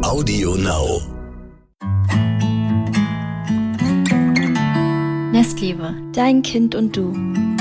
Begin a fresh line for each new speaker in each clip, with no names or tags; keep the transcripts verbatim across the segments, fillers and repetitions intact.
Audio Now.
Nestliebe, dein Kind und du.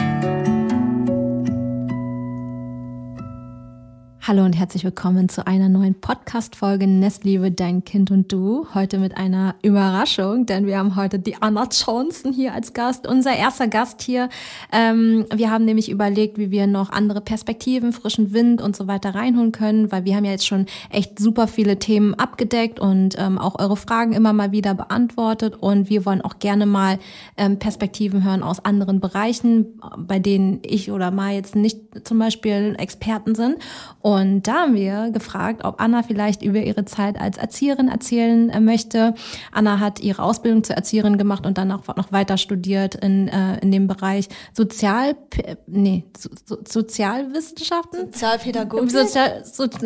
Hallo und herzlich willkommen zu einer neuen Podcast-Folge Nestliebe, dein Kind und du. Heute mit einer Überraschung, denn wir haben heute die Anna Johnson hier als Gast, unser erster Gast hier. Ähm, wir haben nämlich überlegt, wie wir noch andere Perspektiven, frischen Wind und so weiter reinholen können, weil wir haben ja jetzt schon echt super viele Themen abgedeckt und ähm, auch eure Fragen immer mal wieder beantwortet. Und wir wollen auch gerne mal ähm, Perspektiven hören aus anderen Bereichen, bei denen ich oder Mai jetzt nicht zum Beispiel Experten sind. Und Und da haben wir gefragt, ob Anna vielleicht über ihre Zeit als Erzieherin erzählen möchte. Anna hat ihre Ausbildung zur Erzieherin gemacht und dann auch noch weiter studiert in, äh, in dem Bereich Sozial, nee, so, so, Sozialwissenschaften?
Sozialpädagogik?
Sozial, so, so,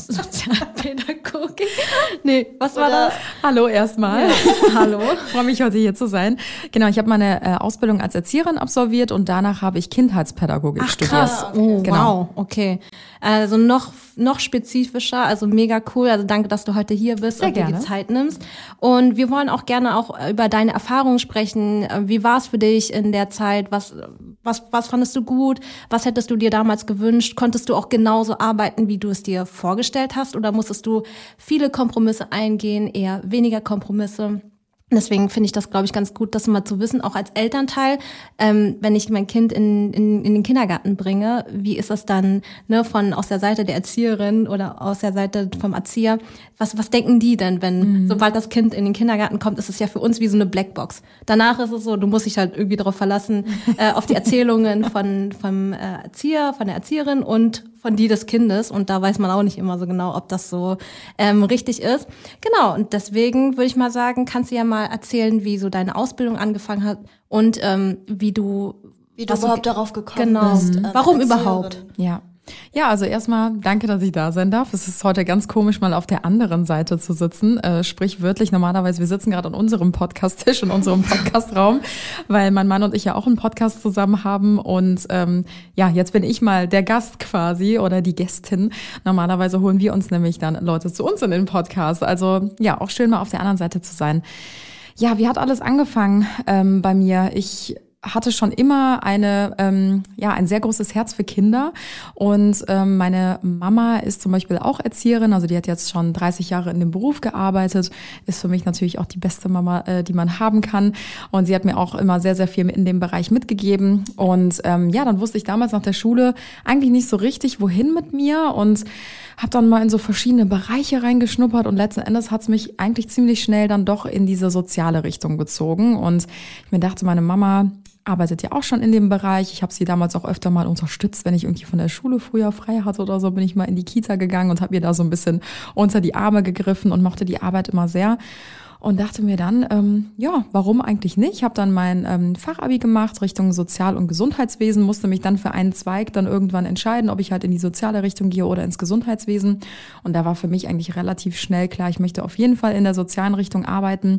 Sozialpädagogik? Nee, was war
Oder
das?
Hallo erstmal.
Ja. Hallo.
Ich freue mich, heute hier zu sein. Genau, ich habe meine äh, Ausbildung als Erzieherin absolviert und danach habe ich Kindheitspädagogik
Ach,
studiert.
krass. Oh,
Genau.
wow, okay. Also noch noch spezifischer, also mega cool. Also danke, dass du heute hier bist
Sehr
und dir
gerne.
die Zeit nimmst. Und wir wollen auch gerne auch über deine Erfahrungen sprechen. Wie war es für dich in der Zeit? Was was was fandest du gut? Was hättest du dir damals gewünscht? Konntest du auch genauso arbeiten, wie du es dir vorgestellt hast? Oder musstest du viele Kompromisse eingehen, eher weniger Kompromisse? Deswegen finde ich das, glaube ich, ganz gut, das mal zu wissen, auch als Elternteil, ähm, wenn ich mein Kind in, in, in den Kindergarten bringe, wie ist das dann, ne, von aus der Seite der Erzieherin oder aus der Seite vom Erzieher? Was was denken die denn, wenn, mhm. sobald das Kind in den Kindergarten kommt, ist es ja für uns wie so eine Blackbox. Danach ist es so, du musst dich halt irgendwie darauf verlassen, äh, auf die Erzählungen von vom äh, Erzieher, von der Erzieherin und von die des Kindes, und da weiß man auch nicht immer so genau, ob das so ähm, richtig ist. Genau, und deswegen würde ich mal sagen, kannst du ja mal erzählen, wie so deine Ausbildung angefangen hat und ähm, wie du
Wie du überhaupt darauf gekommen
genau,
bist. Ähm,
warum
Erzieherin.
überhaupt?
Ja. Ja, also erstmal danke, dass ich da sein darf. Es ist heute ganz komisch, mal auf der anderen Seite zu sitzen. Äh, sprich wörtlich, normalerweise, wir sitzen gerade an unserem Podcast-Tisch, in unserem Podcast-Raum, weil mein Mann und ich ja auch einen Podcast zusammen haben. Und ähm, ja, jetzt bin ich mal der Gast quasi oder die Gästin. Normalerweise holen wir uns nämlich dann Leute zu uns in den Podcast. Also ja, auch schön mal auf der anderen Seite zu sein. Ja, wie hat alles angefangen ähm, bei mir? Ich hatte schon immer eine ähm, ja ein sehr großes Herz für Kinder und ähm, meine Mama ist zum Beispiel auch Erzieherin, also die hat jetzt schon dreißig Jahre in dem Beruf gearbeitet, ist für mich natürlich auch die beste Mama, äh, die man haben kann, und sie hat mir auch immer sehr, sehr viel in dem Bereich mitgegeben und ähm, ja, dann wusste ich damals nach der Schule eigentlich nicht so richtig, wohin mit mir, und habe dann mal in so verschiedene Bereiche reingeschnuppert und letzten Endes hat es mich eigentlich ziemlich schnell dann doch in diese soziale Richtung gezogen, und ich mir dachte, meine Mama arbeitet ja auch schon in dem Bereich. Ich habe sie damals auch öfter mal unterstützt, wenn ich irgendwie von der Schule früher frei hatte oder so, bin ich mal in die Kita gegangen und habe ihr da so ein bisschen unter die Arme gegriffen und mochte die Arbeit immer sehr. Und dachte mir dann, ähm, ja, warum eigentlich nicht? Ich habe dann mein ähm, Fachabi gemacht Richtung Sozial- und Gesundheitswesen, musste mich dann für einen Zweig dann irgendwann entscheiden, ob ich halt in die soziale Richtung gehe oder ins Gesundheitswesen. Und da war für mich eigentlich relativ schnell klar, ich möchte auf jeden Fall in der sozialen Richtung arbeiten.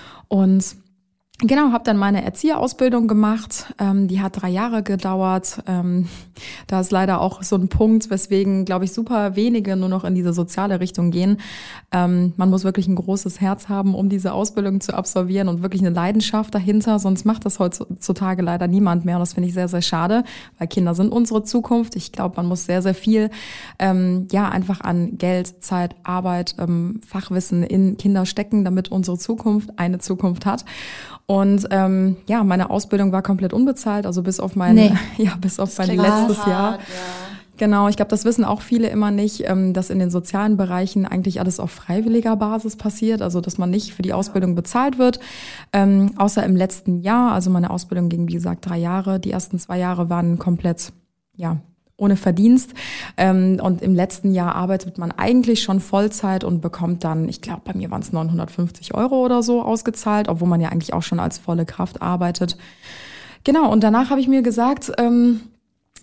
Und genau, habe dann meine Erzieherausbildung gemacht. Ähm, die hat drei Jahre gedauert. Ähm, da ist leider auch so ein Punkt, weswegen, glaube ich, super wenige nur noch in diese soziale Richtung gehen. Ähm, man muss wirklich ein großes Herz haben, um diese Ausbildung zu absolvieren, und wirklich eine Leidenschaft dahinter. Sonst macht das heutzutage leider niemand mehr. Und das finde ich sehr, sehr schade, weil Kinder sind unsere Zukunft. Ich glaube, man muss sehr, sehr viel ähm, ja einfach an Geld, Zeit, Arbeit, ähm, Fachwissen in Kinder stecken, damit unsere Zukunft eine Zukunft hat. Und ähm, ja, meine Ausbildung war komplett unbezahlt, also bis auf mein,
Nee.
ja, bis auf
Das
mein
klingt
letztes
hart,
Jahr.
ja.
Genau, ich glaube, das wissen auch viele immer nicht, ähm, dass in den sozialen Bereichen eigentlich alles auf freiwilliger Basis passiert, also dass man nicht für die Ausbildung bezahlt wird, ähm, außer im letzten Jahr. Also meine Ausbildung ging, wie gesagt, drei Jahre. Die ersten zwei Jahre waren komplett, ja, ohne Verdienst. Ähm, und im letzten Jahr arbeitet man eigentlich schon Vollzeit und bekommt dann, ich glaube, bei mir waren es neunhundertfünfzig Euro oder so ausgezahlt, obwohl man ja eigentlich auch schon als volle Kraft arbeitet. Genau, und danach habe ich mir gesagt, ähm,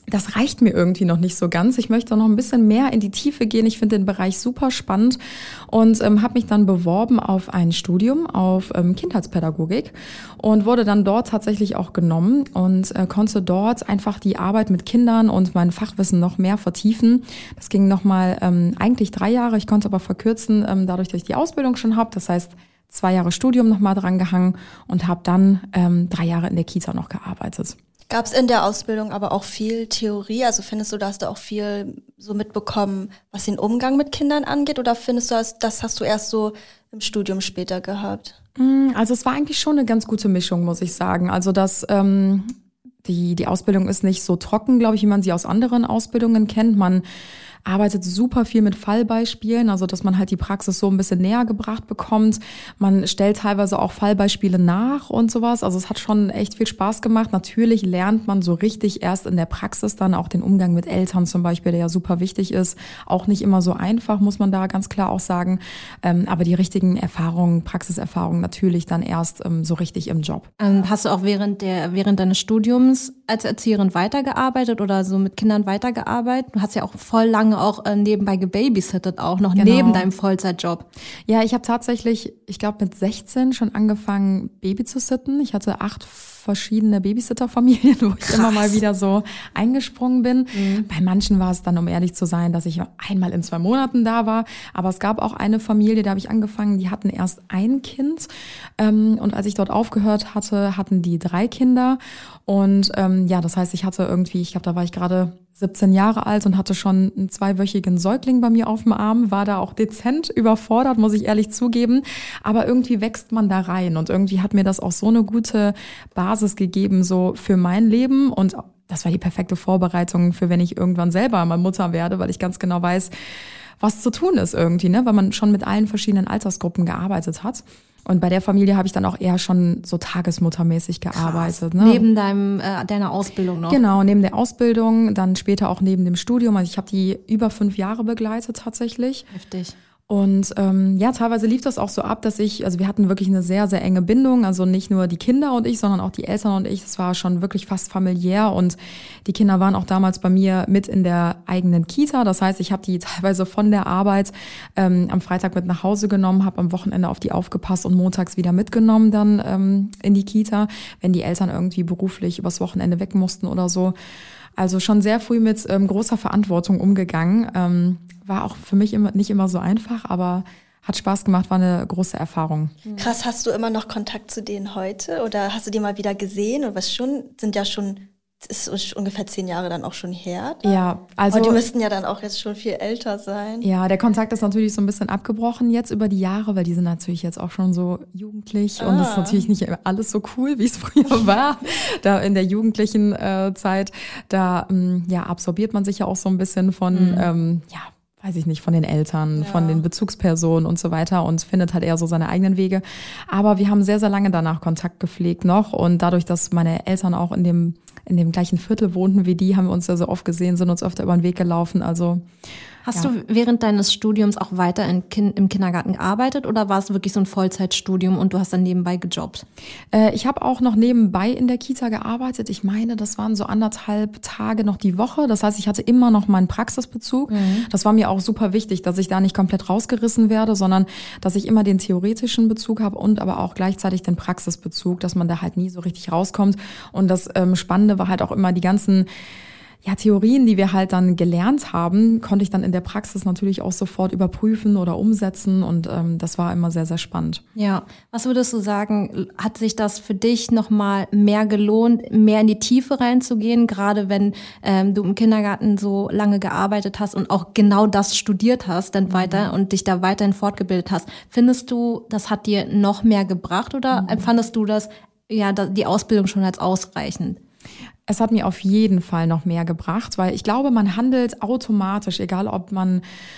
das reicht mir irgendwie noch nicht so ganz. Ich möchte noch ein bisschen mehr in die Tiefe gehen. Ich finde den Bereich super spannend und ähm, habe mich dann beworben auf ein Studium auf ähm, Kindheitspädagogik und wurde dann dort tatsächlich auch genommen und äh, konnte dort einfach die Arbeit mit Kindern und mein Fachwissen noch mehr vertiefen. Das ging nochmal ähm, eigentlich drei Jahre. Ich konnte aber verkürzen, ähm, dadurch, dass ich die Ausbildung schon habe. Das heißt, zwei Jahre Studium nochmal dran gehangen und habe dann ähm, drei Jahre in der Kita noch gearbeitet.
Gab es in der Ausbildung aber auch viel Theorie? Also findest du, da hast du auch viel so mitbekommen, was den Umgang mit Kindern angeht? Oder findest du, das hast du erst so im Studium später gehabt?
Also es war eigentlich schon eine ganz gute Mischung, muss ich sagen. Also das, ähm, die, die Ausbildung ist nicht so trocken, glaube ich, wie man sie aus anderen Ausbildungen kennt. Man arbeitet super viel mit Fallbeispielen, also dass man halt die Praxis so ein bisschen näher gebracht bekommt. Man stellt teilweise auch Fallbeispiele nach und sowas. Also es hat schon echt viel Spaß gemacht. Natürlich lernt man so richtig erst in der Praxis dann auch den Umgang mit Eltern zum Beispiel, der ja super wichtig ist. Auch nicht immer so einfach, muss man da ganz klar auch sagen. Ähm, aber die richtigen Erfahrungen, Praxiserfahrungen natürlich dann erst ähm, so richtig im Job.
Ähm, hast du auch während der während deines Studiums als Erzieherin weitergearbeitet oder so mit Kindern weitergearbeitet? Du hast ja auch voll lange auch äh, nebenbei gebabysittet, auch noch genau. Neben deinem Vollzeitjob.
Ja, ich habe tatsächlich, ich glaube mit sechzehn schon angefangen, Baby zu sitten. Ich hatte acht verschiedene Babysitterfamilien, wo ich Krass. immer mal wieder so eingesprungen bin. Mhm. Bei manchen war es dann, um ehrlich zu sein, dass ich einmal in zwei Monaten da war. Aber es gab auch eine Familie, da habe ich angefangen, die hatten erst ein Kind. Ähm, und als ich dort aufgehört hatte, hatten die drei Kinder. Und ähm, ja, das heißt, ich hatte irgendwie, ich glaube, da war ich gerade siebzehn Jahre alt und hatte schon einen zweiwöchigen Säugling bei mir auf dem Arm, war da auch dezent überfordert, muss ich ehrlich zugeben. Aber irgendwie wächst man da rein und irgendwie hat mir das auch so eine gute Basis gegeben, so für mein Leben. Und das war die perfekte Vorbereitung für, wenn ich irgendwann selber mal Mutter werde, weil ich ganz genau weiß, was zu tun ist irgendwie, ne, weil man schon mit allen verschiedenen Altersgruppen gearbeitet hat. Und bei der Familie habe ich dann auch eher schon so tagesmuttermäßig gearbeitet. Ne?
Neben deinem äh, deiner Ausbildung noch?
Genau, neben der Ausbildung, dann später auch neben dem Studium. Also ich habe die über fünf Jahre begleitet tatsächlich.
Heftig.
Und ähm, ja, teilweise lief das auch so ab, dass ich, also wir hatten wirklich eine sehr, sehr enge Bindung, also nicht nur die Kinder und ich, sondern auch die Eltern und ich. Das war schon wirklich fast familiär und die Kinder waren auch damals bei mir mit in der eigenen Kita. Das heißt, ich habe die teilweise von der Arbeit ähm, am Freitag mit nach Hause genommen, habe am Wochenende auf die aufgepasst und montags wieder mitgenommen dann ähm, in die Kita, wenn die Eltern irgendwie beruflich übers Wochenende weg mussten oder so. Also schon sehr früh mit ähm, großer Verantwortung umgegangen. Ähm, war auch für mich immer, nicht immer so einfach, aber hat Spaß gemacht, war eine große Erfahrung.
Krass, hast du immer noch Kontakt zu denen heute oder hast du die mal wieder gesehen? Oder was schon, sind ja schon, das ist ungefähr zehn Jahre dann auch schon her. Dann?
Ja, also.
Aber die müssten ja dann auch jetzt schon viel älter sein.
Ja, der Kontakt ist natürlich so ein bisschen abgebrochen jetzt über die Jahre, weil die sind natürlich jetzt auch schon so jugendlich ah. und das ist natürlich nicht alles so cool, wie es früher war. Da in der jugendlichen äh, Zeit, da ähm, ja absorbiert man sich ja auch so ein bisschen von, mhm. ähm, ja, weiß ich nicht, von den Eltern, ja. von den Bezugspersonen und so weiter und findet halt eher so seine eigenen Wege. Aber wir haben sehr, sehr lange danach Kontakt gepflegt noch und dadurch, dass meine Eltern auch in dem in dem gleichen Viertel wohnten wie die, haben wir uns ja so oft gesehen, sind uns öfter über den Weg gelaufen, also
Hast
ja.
du während deines Studiums auch weiter in kind, im Kindergarten gearbeitet oder war es wirklich so ein Vollzeitstudium und du hast dann nebenbei gejobbt?
Äh, ich habe auch noch nebenbei in der Kita gearbeitet. Ich meine, das waren so anderthalb Tage noch die Woche. Das heißt, ich hatte immer noch meinen Praxisbezug. Mhm. Das war mir auch super wichtig, dass ich da nicht komplett rausgerissen werde, sondern dass ich immer den theoretischen Bezug habe und aber auch gleichzeitig den Praxisbezug, dass man da halt nie so richtig rauskommt. Und das ähm, Spannende war halt auch immer die ganzen Ja, Theorien, die wir halt dann gelernt haben, konnte ich dann in der Praxis natürlich auch sofort überprüfen oder umsetzen und ähm, das war immer sehr, sehr spannend.
Ja, was würdest du sagen, hat sich das für dich nochmal mehr gelohnt, mehr in die Tiefe reinzugehen, gerade wenn ähm, du im Kindergarten so lange gearbeitet hast und auch genau das studiert hast, dann weiter mhm. und dich da weiterhin fortgebildet hast? Findest du, das hat dir noch mehr gebracht oder mhm. empfandest du das, ja, die Ausbildung schon als ausreichend?
Es hat mir auf jeden Fall noch mehr gebracht, weil ich glaube, man handelt automatisch, egal ob man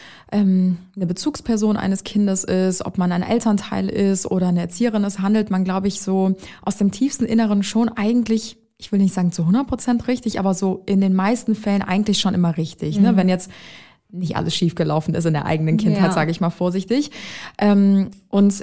ähm, eine Bezugsperson eines Kindes ist, ob man ein Elternteil ist oder eine Erzieherin ist, handelt man, glaube ich, so aus dem tiefsten Inneren schon eigentlich, ich will nicht sagen zu hundert Prozent richtig, aber so in den meisten Fällen eigentlich schon immer richtig. Mhm. Ne? Wenn jetzt nicht alles schiefgelaufen ist in der eigenen Kindheit, ja. sage ich mal vorsichtig. Ähm, und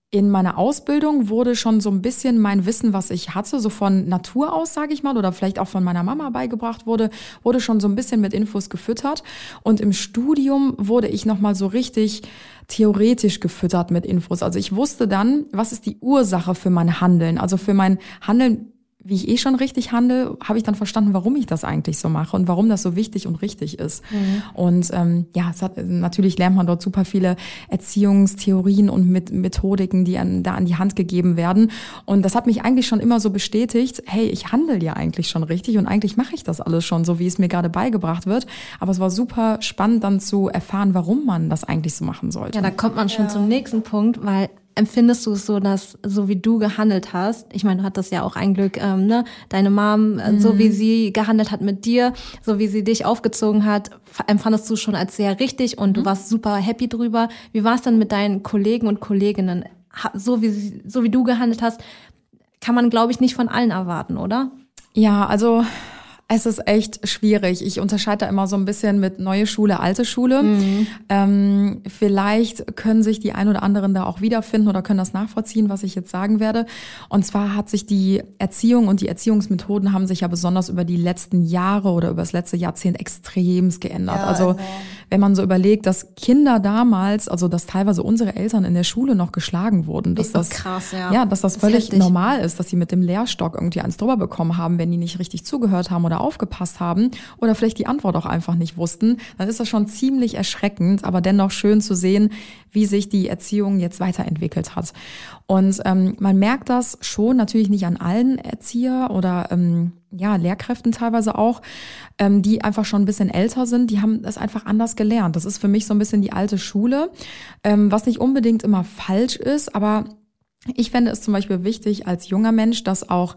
In meiner Ausbildung wurde schon so ein bisschen mein Wissen, was ich hatte, so von Natur aus, sage ich mal, oder vielleicht auch von meiner Mama beigebracht wurde, wurde schon so ein bisschen mit Infos gefüttert. Und im Studium wurde ich nochmal so richtig theoretisch gefüttert mit Infos. Also ich wusste dann, was ist die Ursache für mein Handeln, also für mein Handeln, wie ich eh schon richtig handle, habe ich dann verstanden, warum ich das eigentlich so mache und warum das so wichtig und richtig ist. Mhm. Und ähm, ja, es hat, natürlich lernt man dort super viele Erziehungstheorien und mit Methodiken, die an, da an die Hand gegeben werden. Und das hat mich eigentlich schon immer so bestätigt, hey, ich handle ja eigentlich schon richtig und eigentlich mache ich das alles schon so, wie es mir gerade beigebracht wird. Aber es war super spannend dann zu erfahren, warum man das eigentlich so machen sollte.
Ja, da kommt man schon
ja.
zum nächsten Punkt, weil empfindest du es so, dass so wie du gehandelt hast, ich meine, du hattest ja auch ein Glück, ähm, ne, deine Mom, mhm. so wie sie gehandelt hat mit dir, so wie sie dich aufgezogen hat, empfandest du schon als sehr richtig und mhm. du warst super happy drüber. Wie war es dann mit deinen Kollegen und Kolleginnen? So wie sie, so wie du gehandelt hast, kann man, glaube ich, nicht von allen erwarten, oder?
Ja, also es ist echt schwierig. Ich unterscheide da immer so ein bisschen mit neue Schule, alte Schule. Mhm. Ähm, vielleicht können sich die ein oder anderen da auch wiederfinden oder können das nachvollziehen, was ich jetzt sagen werde. Und zwar hat sich die Erziehung und die Erziehungsmethoden haben sich ja besonders über die letzten Jahre oder über das letzte Jahrzehnt extremst geändert. Ja, also genau. Wenn man so überlegt, dass Kinder damals, also dass teilweise unsere Eltern in der Schule noch geschlagen wurden, dass das
krass, ja.
ja, dass das,
das
völlig
heftig.
normal ist, dass sie mit dem Lehrstock irgendwie eins drüber bekommen haben, wenn die nicht richtig zugehört haben oder aufgepasst haben oder vielleicht die Antwort auch einfach nicht wussten, dann ist das schon ziemlich erschreckend, aber dennoch schön zu sehen, wie sich die Erziehung jetzt weiterentwickelt hat. Und ähm, man merkt das schon, natürlich nicht an allen Erzieher oder ähm, ja Lehrkräften teilweise auch, ähm, die einfach schon ein bisschen älter sind, die haben das einfach anders gelernt. Das ist für mich so ein bisschen die alte Schule, ähm, was nicht unbedingt immer falsch ist, aber ich fände es zum Beispiel wichtig als junger Mensch, dass auch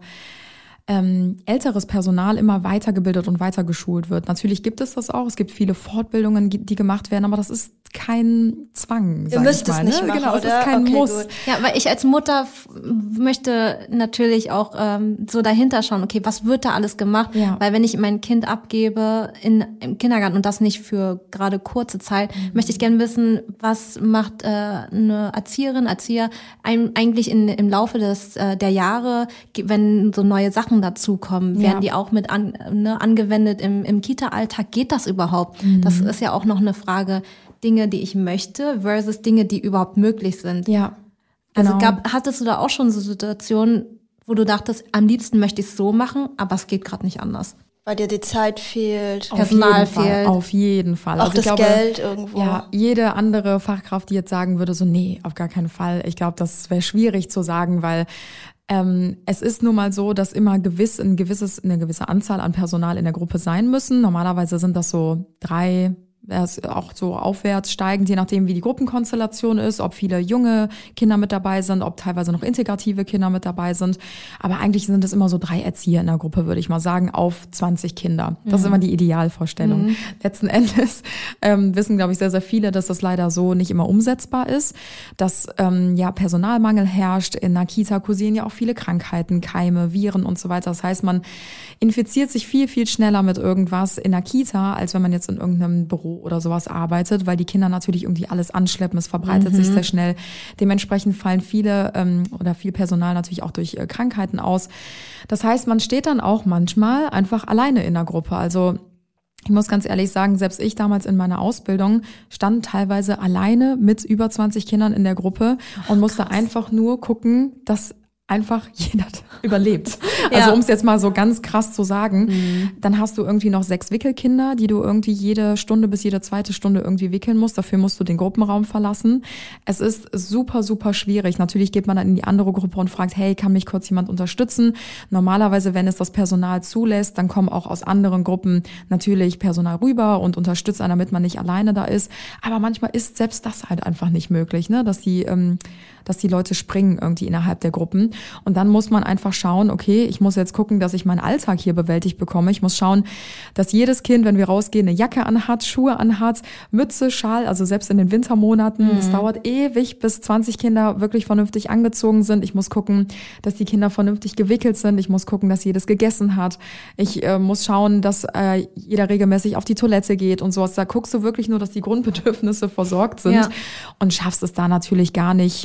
Ähm, älteres Personal immer weitergebildet und weitergeschult wird. Natürlich gibt es das auch. Es gibt viele Fortbildungen, die gemacht werden, aber das ist kein Zwang.
Ihr müsst es nicht
ne?
machen,
genau, es
oder?
ist kein
Okay,
Muss.
gut.
Ja, weil ich als Mutter f- möchte natürlich auch ähm, so dahinter schauen, okay, was wird da alles gemacht?
Ja.
Weil wenn ich mein Kind abgebe in, im Kindergarten und das nicht für gerade kurze Zeit, mhm. möchte ich gerne wissen, was macht äh, eine Erzieherin, Erzieher ein, eigentlich in, im Laufe des äh, der Jahre, wenn so neue Sachen dazukommen, werden ja. die auch mit an, ne, angewendet im, im Kita-Alltag? Geht das überhaupt? Mhm. Das ist ja auch noch eine Frage, Dinge, die ich möchte versus Dinge, die überhaupt möglich sind.
Ja, genau.
Also gab, hattest du da auch schon so Situationen, wo du dachtest, am liebsten möchte ich es so machen, aber es geht gerade nicht anders?
Weil dir die Zeit fehlt.
Auf
Personal
jeden Fall,
fehlt.
auf jeden Fall.
Auch
also
das
ich glaube,
Geld irgendwo.
Ja, jede andere Fachkraft, die jetzt sagen würde, so nee, auf gar keinen Fall. Ich glaube, das wäre schwierig zu sagen, weil ähm, es ist nun mal so, dass immer gewiss ein gewisses, eine gewisse Anzahl an Personal in der Gruppe sein müssen. Normalerweise sind das so drei, ist auch so aufwärts steigend, je nachdem, wie die Gruppenkonstellation ist, ob viele junge Kinder mit dabei sind, ob teilweise noch integrative Kinder mit dabei sind. Aber eigentlich sind es immer so drei Erzieher in der Gruppe, würde ich mal sagen, auf zwanzig Kinder. Das mhm. ist immer die Idealvorstellung. Mhm. Letzten Endes ähm, wissen, glaube ich, sehr, sehr viele, dass das leider so nicht immer umsetzbar ist, dass ähm, ja Personalmangel herrscht. In der Kita kursieren ja auch viele Krankheiten, Keime, Viren und so weiter. Das heißt, man infiziert sich viel, viel schneller mit irgendwas in der Kita, als wenn man jetzt in irgendeinem Büro oder sowas arbeitet, weil die Kinder natürlich irgendwie alles anschleppen, es verbreitet mhm. sich sehr schnell. Dementsprechend fallen viele ähm, oder viel Personal natürlich auch durch äh, Krankheiten aus. Das heißt, man steht dann auch manchmal einfach alleine in der Gruppe. Also ich muss ganz ehrlich sagen, selbst ich damals in meiner Ausbildung stand teilweise alleine mit über zwanzig Kindern in der Gruppe und musste Krass. einfach nur gucken, dass einfach jeder überlebt. Also ja. um es jetzt mal so ganz krass zu sagen, mhm. dann hast du irgendwie noch sechs Wickelkinder, die du irgendwie jede Stunde bis jede zweite Stunde irgendwie wickeln musst. Dafür musst du den Gruppenraum verlassen. Es ist super, super schwierig. Natürlich geht man dann in die andere Gruppe und fragt, hey, kann mich kurz jemand unterstützen? Normalerweise, wenn es das Personal zulässt, dann kommen auch aus anderen Gruppen natürlich Personal rüber und unterstützt einen, damit man nicht alleine da ist. Aber manchmal ist selbst das halt einfach nicht möglich, ne? Dass die, ähm, dass die Leute springen irgendwie innerhalb der Gruppen. Und dann muss man einfach schauen, okay, ich muss jetzt gucken, dass ich meinen Alltag hier bewältigt bekomme. Ich muss schauen, dass jedes Kind, wenn wir rausgehen, eine Jacke anhat, Schuhe anhat, Mütze, Schal, also selbst in den Wintermonaten. Es mhm. dauert ewig, bis zwanzig Kinder wirklich vernünftig angezogen sind. Ich muss gucken, dass die Kinder vernünftig gewickelt sind. Ich muss gucken, dass jedes gegessen hat. Ich äh, muss schauen, dass äh, jeder regelmäßig auf die Toilette geht und sowas. Da guckst du wirklich nur, dass die Grundbedürfnisse versorgt sind ja. und schaffst es da natürlich gar nicht,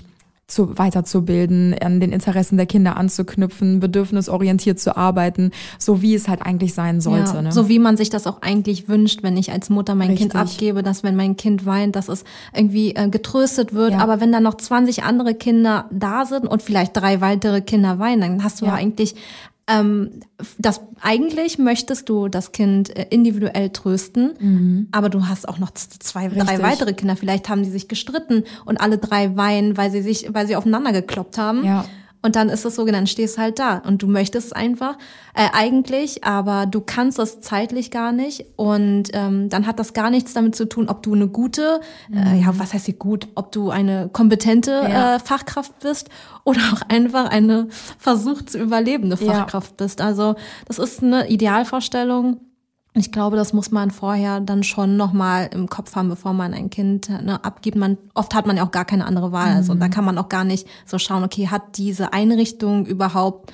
zu, weiterzubilden, an den Interessen der Kinder anzuknüpfen, bedürfnisorientiert zu arbeiten, so wie es halt eigentlich sein sollte.
Ja,
ne?
So wie man sich das auch eigentlich wünscht, wenn ich als Mutter mein
Richtig.
Kind abgebe, dass wenn mein Kind weint, dass es irgendwie äh, getröstet wird.
Ja.
Aber wenn dann noch zwanzig andere Kinder da sind und vielleicht drei weitere Kinder weinen, dann hast du ja,
Ja.
eigentlich ähm, das eigentlich möchtest du das Kind äh, individuell trösten, mhm. aber du hast auch noch z- zwei,
Richtig.
drei weitere Kinder. Vielleicht haben die sich gestritten und alle drei weinen, weil sie sich, weil sie aufeinander gekloppt haben.
Ja.
Und dann ist es so, dann stehst du halt da und du möchtest es einfach äh, eigentlich, aber du kannst es zeitlich gar nicht und ähm, dann hat das gar nichts damit zu tun, ob du eine gute, mhm. äh, ja, was heißt hier gut, ob du eine kompetente
ja.
äh, Fachkraft bist oder auch einfach eine versucht zu überlebende Fachkraft ja. bist. Also das ist eine Idealvorstellung. Ich glaube, das muss man vorher dann schon nochmal im Kopf haben, bevor man ein Kind ne, abgibt. Man, oft hat man ja auch gar keine andere Wahl. Mhm. Also da kann man auch gar nicht so schauen, okay, hat diese Einrichtung überhaupt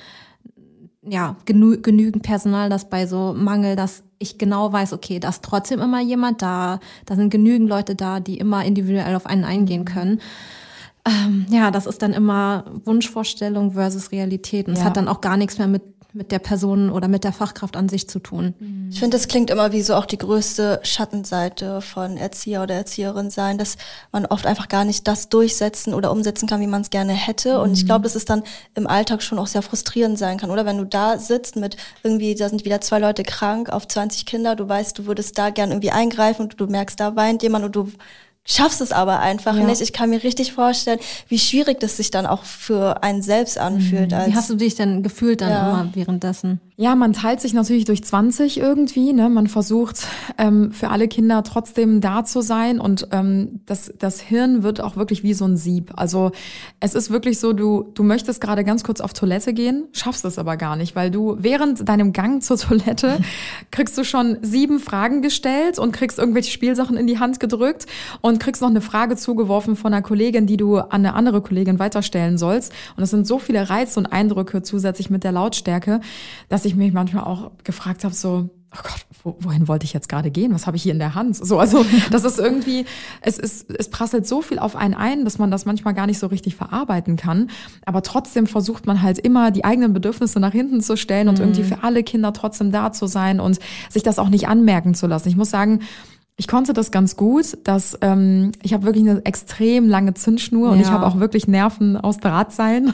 ja genü- genügend Personal, das bei so Mangel, dass ich genau weiß, okay, da ist trotzdem immer jemand da, da sind genügend Leute da, die immer individuell auf einen eingehen können. Ähm, ja, das ist dann immer Wunschvorstellung versus Realität. Und es
ja.
hat dann auch gar nichts mehr mit mit der Person oder mit der Fachkraft an sich zu tun.
Ich finde, das klingt immer wie so auch die größte Schattenseite von Erzieher oder Erzieherin sein, dass man oft einfach gar nicht das durchsetzen oder umsetzen kann, wie man es gerne hätte. Und ich glaube, dass es dann im Alltag schon auch sehr frustrierend sein kann, oder? Wenn du da sitzt mit irgendwie, da sind wieder zwei Leute krank auf zwanzig Kinder, du weißt, du würdest da gern irgendwie eingreifen und du merkst, da weint jemand und du schaffst es aber einfach ja. nicht. Ich kann mir richtig vorstellen, wie schwierig das sich dann auch für einen selbst anfühlt. Als
wie hast du dich denn gefühlt dann ja. immer währenddessen?
Ja, man teilt sich natürlich durch zwanzig irgendwie, ne? Man versucht ähm, für alle Kinder trotzdem da zu sein und ähm, das das Hirn wird auch wirklich wie so ein Sieb. Also es ist wirklich so, du du möchtest gerade ganz kurz auf Toilette gehen, schaffst es aber gar nicht, weil du während deinem Gang zur Toilette kriegst du schon sieben Fragen gestellt und kriegst irgendwelche Spielsachen in die Hand gedrückt und kriegst noch eine Frage zugeworfen von einer Kollegin, die du an eine andere Kollegin weiterstellen sollst. Und es sind so viele Reize und Eindrücke zusätzlich mit der Lautstärke, dass ich mich manchmal auch gefragt habe, so, oh Gott, wo, wohin wollte ich jetzt gerade gehen? Was habe ich hier in der Hand? So, also das ist irgendwie, es ist, es prasselt so viel auf einen ein, dass man das manchmal gar nicht so richtig verarbeiten kann. Aber trotzdem versucht man halt immer, die eigenen Bedürfnisse nach hinten zu stellen und mhm. irgendwie für alle Kinder trotzdem da zu sein und sich das auch nicht anmerken zu lassen. Ich muss sagen, ich konnte das ganz gut, dass ähm, ich habe wirklich eine extrem lange Zündschnur ja. und ich habe auch wirklich Nerven aus Drahtseilen.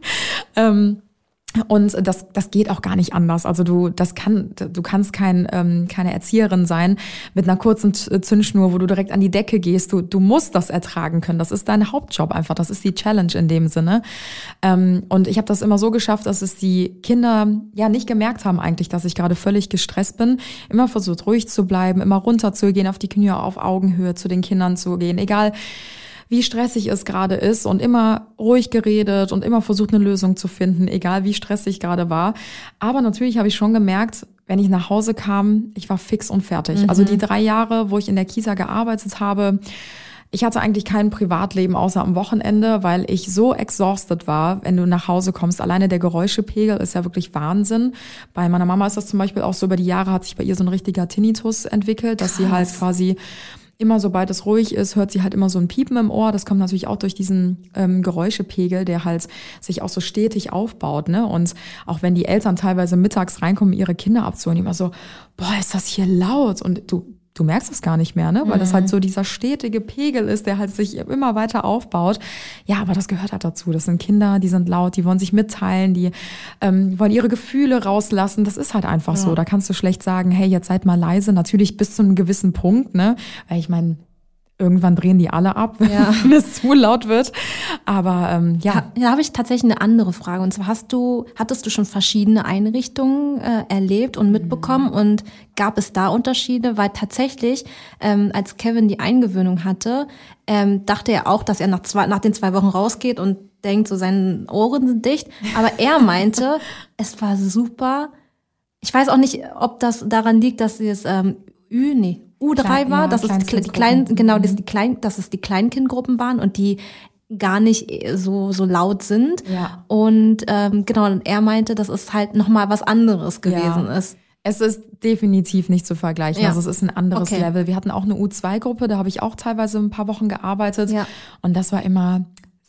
ähm, Und das das geht auch gar nicht anders. Also du das kann du kannst kein ähm, keine Erzieherin sein mit einer kurzen Zündschnur, wo du direkt an die Decke gehst. Du du musst das ertragen können. Das ist dein Hauptjob einfach. Das ist die Challenge in dem Sinne. Ähm, und ich habe das immer so geschafft, dass es die Kinder ja nicht gemerkt haben eigentlich, dass ich gerade völlig gestresst bin. Immer versucht ruhig zu bleiben, immer runterzugehen, auf die Knie, auf Augenhöhe zu den Kindern zu gehen, egal wie stressig es gerade ist und immer ruhig geredet und immer versucht, eine Lösung zu finden, egal wie stressig gerade war. Aber natürlich habe ich schon gemerkt, wenn ich nach Hause kam, ich war fix und fertig. Mhm. Also die drei Jahre, wo ich in der Kita gearbeitet habe, ich hatte eigentlich kein Privatleben außer am Wochenende, weil ich so exhausted war, wenn du nach Hause kommst. Alleine der Geräuschepegel ist ja wirklich Wahnsinn. Bei meiner Mama ist das zum Beispiel auch so, über die Jahre hat sich bei ihr so ein richtiger Tinnitus entwickelt, dass Krass. sie halt quasi immer, sobald es ruhig ist, hört sie halt immer so ein Piepen im Ohr. Das kommt natürlich auch durch diesen ähm, Geräuschepegel, der halt sich auch so stetig aufbaut, ne? Und auch wenn die Eltern teilweise mittags reinkommen, ihre Kinder abzuholen, die immer so, boah, ist das hier laut? Und du du merkst es gar nicht mehr, ne? Weil mhm. das halt so dieser stetige Pegel ist, der halt sich immer weiter aufbaut. Ja, aber das gehört halt dazu. Das sind Kinder, die sind laut, die wollen sich mitteilen, die ähm, wollen ihre Gefühle rauslassen. Das ist halt einfach ja. so. Da kannst du schlecht sagen, hey, jetzt seid mal leise. Natürlich bis zu einem gewissen Punkt, ne? Weil ich meine, irgendwann drehen die alle ab, ja. wenn es zu laut wird. Aber ähm, ja.
Da, da habe ich tatsächlich eine andere Frage. Und zwar hast du, hattest du schon verschiedene Einrichtungen äh, erlebt und mitbekommen? Mhm. Und gab es da Unterschiede? Weil tatsächlich, ähm, als Kevin die Eingewöhnung hatte, ähm, dachte er auch, dass er nach, zwei, nach den zwei Wochen rausgeht und denkt, so seine Ohren sind dicht. Aber er meinte, es war super. Ich weiß auch nicht, ob das daran liegt, dass sie es ähm, Ü, nee, U drei Klein, war, ja, dass es die kleinen, genau, dass die kleinen, dass es die Kleinkindgruppen waren und die gar nicht so so laut sind.
Ja.
Und ähm, genau, und er meinte, dass es halt noch mal was anderes gewesen
ja.
ist.
Es ist definitiv nicht zu vergleichen.
Ja.
Also es ist ein anderes
Okay.
Level. Wir hatten auch eine U zwei Gruppe, da habe ich auch teilweise ein paar Wochen gearbeitet.
Ja.
Und das war immer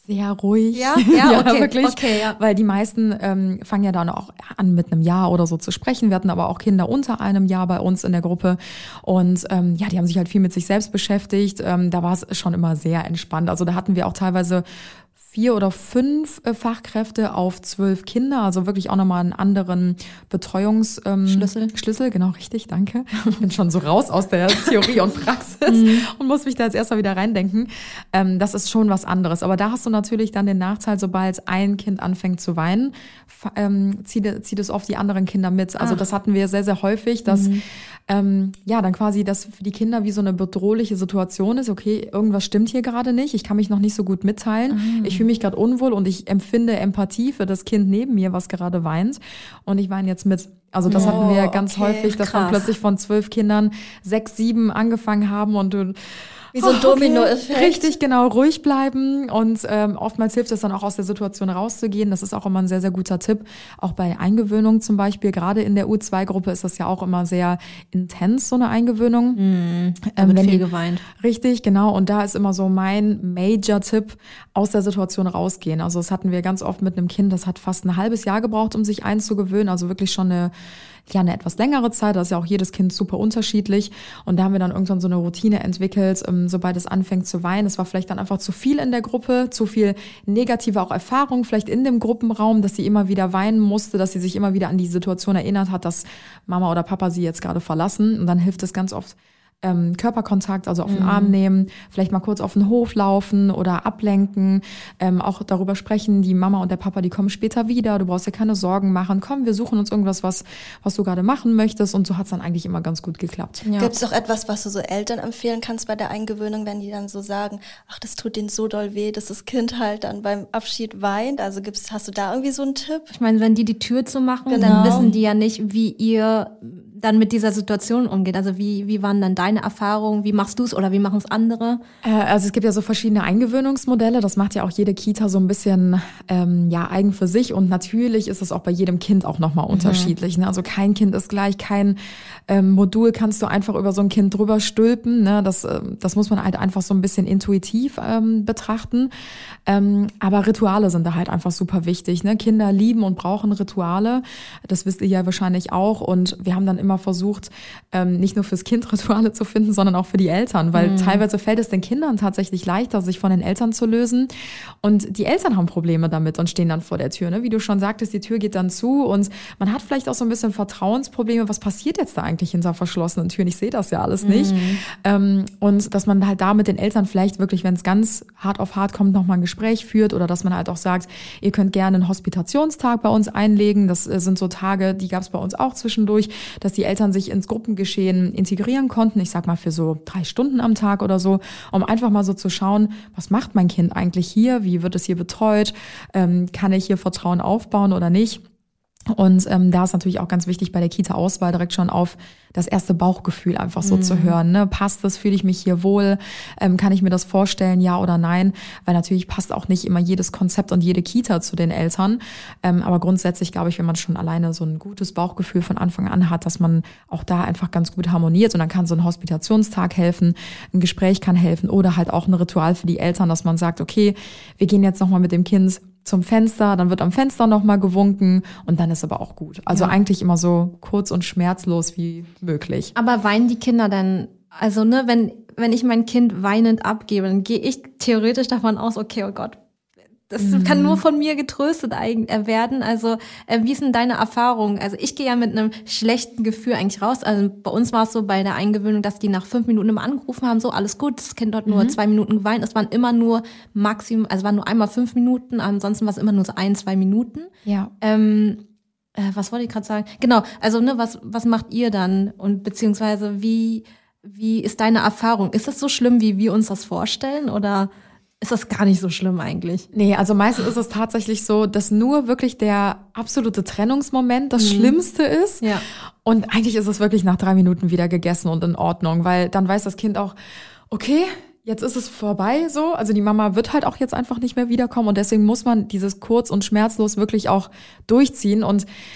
sehr ruhig.
Ja, ja,
ja
okay,
wirklich.
Okay, ja.
Weil die meisten ähm, fangen ja dann auch an, mit einem Jahr oder so zu sprechen. Wir hatten aber auch Kinder unter einem Jahr bei uns in der Gruppe. Und ähm, ja, die haben sich halt viel mit sich selbst beschäftigt. Ähm, da war es schon immer sehr entspannt. Also da hatten wir auch teilweise vier oder fünf äh, Fachkräfte auf zwölf Kinder, also wirklich auch nochmal einen anderen Betreuungsschlüssel. Ähm,
Schlüssel.
Schlüssel, genau, richtig, danke. Ich bin schon so raus aus der Theorie und Praxis und muss mich da jetzt erstmal wieder reindenken. Ähm, das ist schon was anderes. Aber da hast du natürlich dann den Nachteil, sobald ein Kind anfängt zu weinen, f- ähm, zieht, zieht es oft die anderen Kinder mit. Also
Ach.
das hatten wir sehr, sehr häufig, dass mhm. ähm, ja dann quasi das für die Kinder wie so eine bedrohliche Situation ist. Okay, irgendwas stimmt hier gerade nicht, ich kann mich noch nicht so gut mitteilen. Mhm. Ich fühle mich gerade unwohl und ich empfinde Empathie für das Kind neben mir, was gerade weint. Und ich weine jetzt mit. Also das oh, hatten wir ganz okay, häufig, dass krass. Dann plötzlich von zwölf Kindern sechs, sieben angefangen haben und du
wie so ein oh, Domino-Effekt.
Okay. Richtig, genau, ruhig bleiben und ähm, oftmals hilft es dann auch aus der Situation rauszugehen. Das ist auch immer ein sehr, sehr guter Tipp. Auch bei Eingewöhnung zum Beispiel, gerade in der U zwei Gruppe ist das ja auch immer sehr intens, so eine Eingewöhnung.
Mm, da wird
ähm,
viel geweint.
Richtig, genau. Und da ist immer so mein Major-Tipp, aus der Situation rausgehen. Also das hatten wir ganz oft mit einem Kind, das hat fast ein halbes Jahr gebraucht, um sich einzugewöhnen. Also wirklich schon eine ja eine etwas längere Zeit, da ist ja auch jedes Kind super unterschiedlich und da haben wir dann irgendwann so eine Routine entwickelt, ähm, sobald es anfängt zu weinen, es war vielleicht dann einfach zu viel in der Gruppe, zu viel negative auch Erfahrung vielleicht in dem Gruppenraum, dass sie immer wieder weinen musste, dass sie sich immer wieder an die Situation erinnert hat, dass Mama oder Papa sie jetzt gerade verlassen und dann hilft es ganz oft, Ähm, Körperkontakt, also auf den mhm. Arm nehmen, vielleicht mal kurz auf den Hof laufen oder ablenken, ähm, auch darüber sprechen, die Mama und der Papa, die kommen später wieder, du brauchst dir keine Sorgen machen, komm, wir suchen uns irgendwas, was was du gerade machen möchtest und so hat's dann eigentlich immer ganz gut geklappt.
Ja. Gibt's auch etwas, was du so Eltern empfehlen kannst bei der Eingewöhnung, wenn die dann so sagen, ach, das tut denen so doll weh, dass das Kind halt dann beim Abschied weint, also gibt's, hast du da irgendwie so einen Tipp?
Ich meine, wenn die die Tür zumachen,
genau.
dann wissen die ja nicht, wie ihr dann mit dieser Situation umgeht. Also wie wie waren dann deine Erfahrungen? Wie machst du es oder wie machen es andere?
Äh, also es gibt ja so verschiedene Eingewöhnungsmodelle. Das macht ja auch jede Kita so ein bisschen ähm, ja eigen für sich. Und natürlich ist es auch bei jedem Kind auch nochmal mhm. unterschiedlich. Ne? Also kein Kind ist gleich, kein ähm, Modul kannst du einfach über so ein Kind drüber stülpen. Ne? Das, äh, das muss man halt einfach so ein bisschen intuitiv ähm, betrachten. Ähm, aber Rituale sind da halt einfach super wichtig. Ne? Kinder lieben und brauchen Rituale. Das wisst ihr ja wahrscheinlich auch. Und wir haben dann immer versucht, ähm, nicht nur fürs Kind Rituale zu finden, sondern auch für die Eltern, weil mhm. teilweise fällt es den Kindern tatsächlich leichter, sich von den Eltern zu lösen und die Eltern haben Probleme damit und stehen dann vor der Tür. Ne? Wie du schon sagtest, die Tür geht dann zu und man hat vielleicht auch so ein bisschen Vertrauensprobleme. Was passiert jetzt da eigentlich hinter verschlossenen Türen? Ich sehe das ja alles nicht. Mhm. Ähm, und dass man halt da mit den Eltern vielleicht wirklich, wenn es ganz hart auf hart kommt, nochmal ein Gespräch führt oder dass man halt auch sagt, ihr könnt gerne einen Hospitationstag bei uns einlegen. Das sind so Tage, die gab es bei uns auch zwischendurch, dass die Eltern sich ins Gruppengeschehen integrieren konnten, ich sag mal für so drei Stunden am Tag oder so, um einfach mal so zu schauen, was macht mein Kind eigentlich hier, wie wird es hier betreut, ähm, kann ich hier Vertrauen aufbauen oder nicht. Und ähm, da ist natürlich auch ganz wichtig bei der Kita-Auswahl direkt schon auf das erste Bauchgefühl einfach so mhm. zu hören. Ne? Passt das? Fühle ich mich hier wohl? Ähm, kann ich mir das vorstellen? Ja oder nein? Weil natürlich passt auch nicht immer jedes Konzept und jede Kita zu den Eltern. Ähm, aber grundsätzlich glaube ich, wenn man schon alleine so ein gutes Bauchgefühl von Anfang an hat, dass man auch da einfach ganz gut harmoniert. Und dann kann so ein Hospitationstag helfen, ein Gespräch kann helfen oder halt auch ein Ritual für die Eltern, dass man sagt, okay, wir gehen jetzt nochmal mit dem Kind zum Fenster, dann wird am Fenster nochmal gewunken und dann ist aber auch gut. Also ja. eigentlich immer so kurz und schmerzlos wie möglich.
Aber weinen die Kinder denn, also ne, wenn wenn ich mein Kind weinend abgebe, dann gehe ich theoretisch davon aus, okay, oh Gott, das mhm. kann nur von mir getröstet werden. Also äh, wie ist denn deine Erfahrung? Also ich gehe ja mit einem schlechten Gefühl eigentlich raus. Also bei uns war es so bei der Eingewöhnung, dass die nach fünf Minuten immer angerufen haben, so alles gut, das Kind hat nur mhm. zwei Minuten geweint. Es waren immer nur Maximum, also waren nur einmal fünf Minuten, ansonsten war es immer nur so ein, zwei Minuten.
Ja.
Ähm, äh, was wollte ich gerade sagen? Genau, also ne, was was macht ihr dann? Und beziehungsweise wie wie ist deine Erfahrung? Ist das so schlimm, wie wir uns das vorstellen oder ist das gar nicht so schlimm eigentlich?
Nee, also meistens ist es tatsächlich so, dass nur wirklich der absolute Trennungsmoment das mhm. Schlimmste ist.
Ja.
Und eigentlich ist es wirklich nach drei Minuten wieder gegessen und in Ordnung, weil dann weiß das Kind auch, okay, jetzt ist es vorbei so. Also die Mama wird halt auch jetzt einfach nicht mehr wiederkommen und deswegen muss man dieses kurz und schmerzlos wirklich auch durchziehen und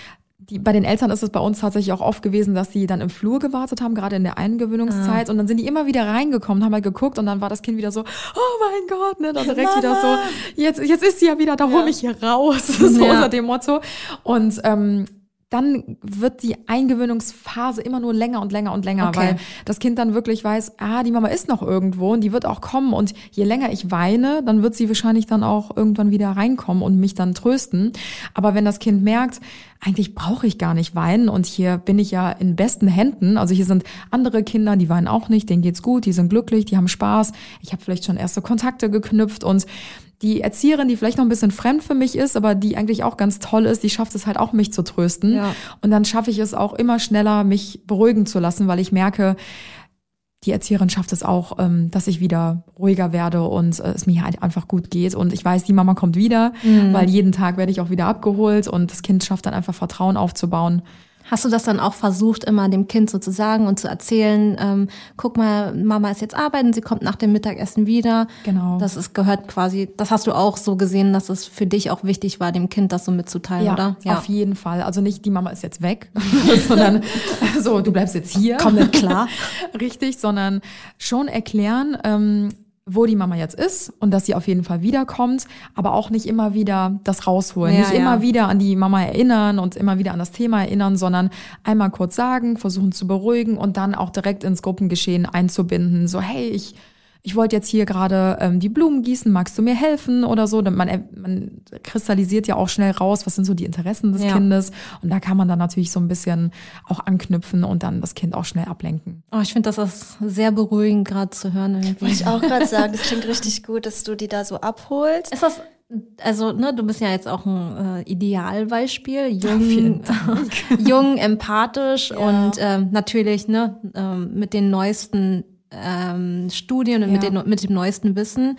Die, bei den Eltern ist es bei uns tatsächlich auch oft gewesen, dass sie dann im Flur gewartet haben, gerade in der Eingewöhnungszeit. Ah. Und dann sind die immer wieder reingekommen, haben halt geguckt und dann war das Kind wieder so, oh mein Gott, ne, dann direkt Mama. wieder so, jetzt, jetzt ist sie ja wieder, da hol ja. mich hier raus, so ja. unter dem Motto. Und ähm, dann wird die Eingewöhnungsphase immer nur länger und länger und länger, okay. weil das Kind dann wirklich weiß, ah, die Mama ist noch irgendwo und die wird auch kommen. Und je länger ich weine, dann wird sie wahrscheinlich dann auch irgendwann wieder reinkommen und mich dann trösten. Aber wenn das Kind merkt, eigentlich brauche ich gar nicht weinen und hier bin ich ja in besten Händen. Also hier sind andere Kinder, die weinen auch nicht, denen geht's gut, die sind glücklich, die haben Spaß. Ich habe vielleicht schon erste Kontakte geknüpft und die Erzieherin, die vielleicht noch ein bisschen fremd für mich ist, aber die eigentlich auch ganz toll ist, die schafft es halt auch, mich zu trösten. Ja. Und dann schaffe ich es auch immer schneller, mich beruhigen zu lassen, weil ich merke, die Erzieherin schafft es auch, dass ich wieder ruhiger werde und es mir halt einfach gut geht. Und ich weiß, die Mama kommt wieder, mhm. weil jeden Tag werde ich auch wieder abgeholt und das Kind schafft dann einfach Vertrauen aufzubauen.
Hast du das dann auch versucht, immer dem Kind so zu sagen und zu erzählen, ähm, guck mal, Mama ist jetzt arbeiten, sie kommt nach dem Mittagessen wieder.
Genau.
Das ist gehört quasi, das hast du auch so gesehen, dass es für dich auch wichtig war, dem Kind das so mitzuteilen,
ja,
oder?
Ja, auf jeden Fall. Also nicht, die Mama ist jetzt weg, sondern so, du bleibst jetzt hier.
Komm mit klar.
Richtig, sondern schon erklären, ähm, wo die Mama jetzt ist und dass sie auf jeden Fall wiederkommt, aber auch nicht immer wieder das rausholen, ja, nicht ja. immer wieder an die Mama erinnern und immer wieder an das Thema erinnern, sondern einmal kurz sagen, versuchen zu beruhigen und dann auch direkt ins Gruppengeschehen einzubinden. So, hey, ich ich wollte jetzt hier gerade ähm, die Blumen gießen, magst du mir helfen oder so? Man, man kristallisiert ja auch schnell raus, was sind so die Interessen des ja. Kindes und da kann man dann natürlich so ein bisschen auch anknüpfen und dann das Kind auch schnell ablenken.
Oh, ich finde, das ist sehr beruhigend gerade zu hören. Irgendwie.
Wollte ich auch gerade sagen, es klingt richtig gut, dass du die da so abholst.
Ist das Also, ne, du bist ja jetzt auch ein äh, Idealbeispiel, jung, jung, empathisch ja. und ähm, natürlich, ne, ähm, mit den neuesten ähm, Studien und ja. mit, den, mit dem neuesten Wissen.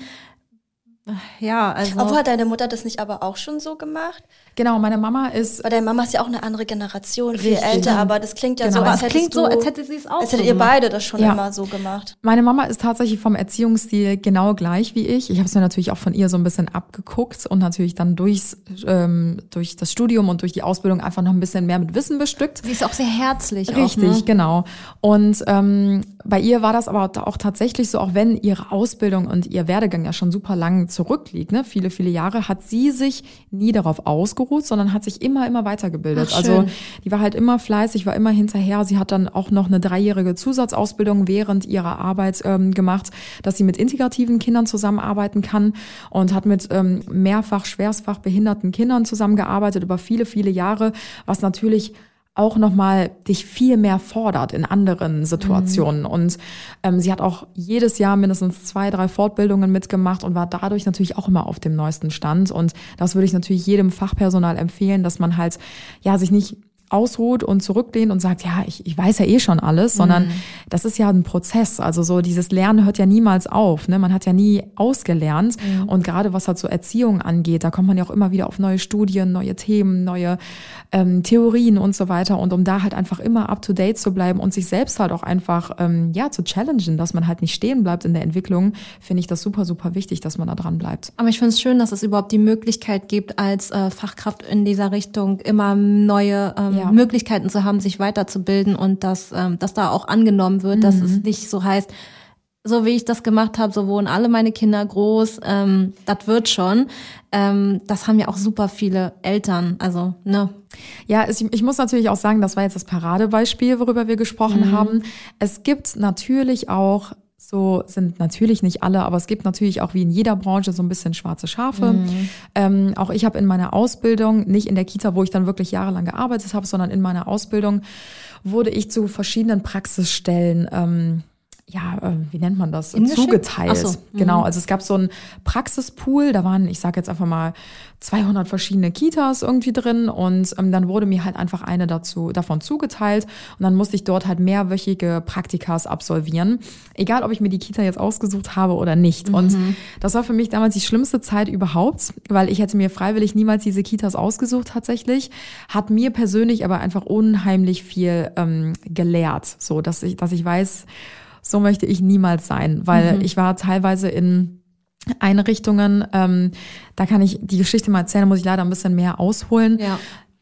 Ja, also.
Obwohl hat deine Mutter das nicht aber auch schon so gemacht?
Genau, meine Mama ist.
Weil deine Mama ist ja auch eine andere Generation, viel richtig. älter, aber das klingt ja
genau.
so, als
hättest klingt du, so, als hätte sie es auch
als hättet so ihr beide das schon ja. immer so gemacht.
Meine Mama ist tatsächlich vom Erziehungsstil genau gleich wie ich. Ich habe es mir natürlich auch von ihr so ein bisschen abgeguckt und natürlich dann durchs, ähm, durch das Studium und durch die Ausbildung einfach noch ein bisschen mehr mit Wissen bestückt.
Sie ist auch sehr herzlich.
Richtig,
auch, ne?
genau. Und ähm, bei ihr war das aber auch tatsächlich so, auch wenn ihre Ausbildung und ihr Werdegang ja schon super lang zurückliegt, ne, viele, viele Jahre, hat sie sich nie darauf ausgeruht, sondern hat sich immer, immer weitergebildet.
Ach,
also die war halt immer fleißig, war immer hinterher. Sie hat dann auch noch eine dreijährige Zusatzausbildung während ihrer Arbeit ähm, gemacht, dass sie mit integrativen Kindern zusammenarbeiten kann und hat mit ähm, mehrfach schwerstfach behinderten Kindern zusammengearbeitet über viele, viele Jahre, was natürlich auch nochmal dich viel mehr fordert in anderen Situationen. Mhm. Und ähm, sie hat auch jedes Jahr mindestens zwei, drei Fortbildungen mitgemacht und war dadurch natürlich auch immer auf dem neuesten Stand. Und das würde ich natürlich jedem Fachpersonal empfehlen, dass man halt ja sich nicht ausruht und zurücklehnt und sagt, ja, ich, ich weiß ja eh schon alles, sondern mhm. das ist ja ein Prozess. Also so dieses Lernen hört ja niemals auf, ne? Man hat ja nie ausgelernt. Mhm. Und gerade was halt so Erziehung angeht, da kommt man ja auch immer wieder auf neue Studien, neue Themen, neue ähm, Theorien und so weiter. Und um da halt einfach immer up to date zu bleiben und sich selbst halt auch einfach ähm, ja zu challengen, dass man halt nicht stehen bleibt in der Entwicklung, finde ich das super, super wichtig, dass man da dran bleibt.
Aber ich finde es schön, dass es überhaupt die Möglichkeit gibt, als äh, Fachkraft in dieser Richtung immer neue ähm, ja. Möglichkeiten zu haben, sich weiterzubilden und dass, ähm, dass da auch angenommen wird, mhm. dass es nicht so heißt, so wie ich das gemacht habe, so wohnen alle meine Kinder groß, ähm, das wird schon. Ähm, das haben ja auch super viele Eltern, also, ne.
Ja, ich, ich muss natürlich auch sagen, das war jetzt das Paradebeispiel, worüber wir gesprochen mhm. haben. Es gibt natürlich auch So sind natürlich nicht alle, aber es gibt natürlich auch wie in jeder Branche so ein bisschen schwarze Schafe. Mhm. Ähm, auch ich habe in meiner Ausbildung, nicht in der Kita, wo ich dann wirklich jahrelang gearbeitet habe, sondern in meiner Ausbildung wurde ich zu verschiedenen Praxisstellen ähm, ja, äh, wie nennt man das? Zugeteilt. Ach so. Mhm. Genau, also es gab so einen Praxispool, da waren, ich sage jetzt einfach mal, zweihundert verschiedene Kitas irgendwie drin und ähm, dann wurde mir halt einfach eine dazu davon zugeteilt und dann musste ich dort halt mehrwöchige Praktikas absolvieren, egal ob ich mir die Kita jetzt ausgesucht habe oder nicht. Mhm. Und das war für mich damals die schlimmste Zeit überhaupt, weil ich hätte mir freiwillig niemals diese Kitas ausgesucht tatsächlich, hat mir persönlich aber einfach unheimlich viel ähm, gelehrt, so dass ich, dass ich weiß, so möchte ich niemals sein, weil mhm. ich war teilweise in Einrichtungen, ähm, da kann ich die Geschichte mal erzählen, da muss ich leider ein bisschen mehr ausholen.
Ja.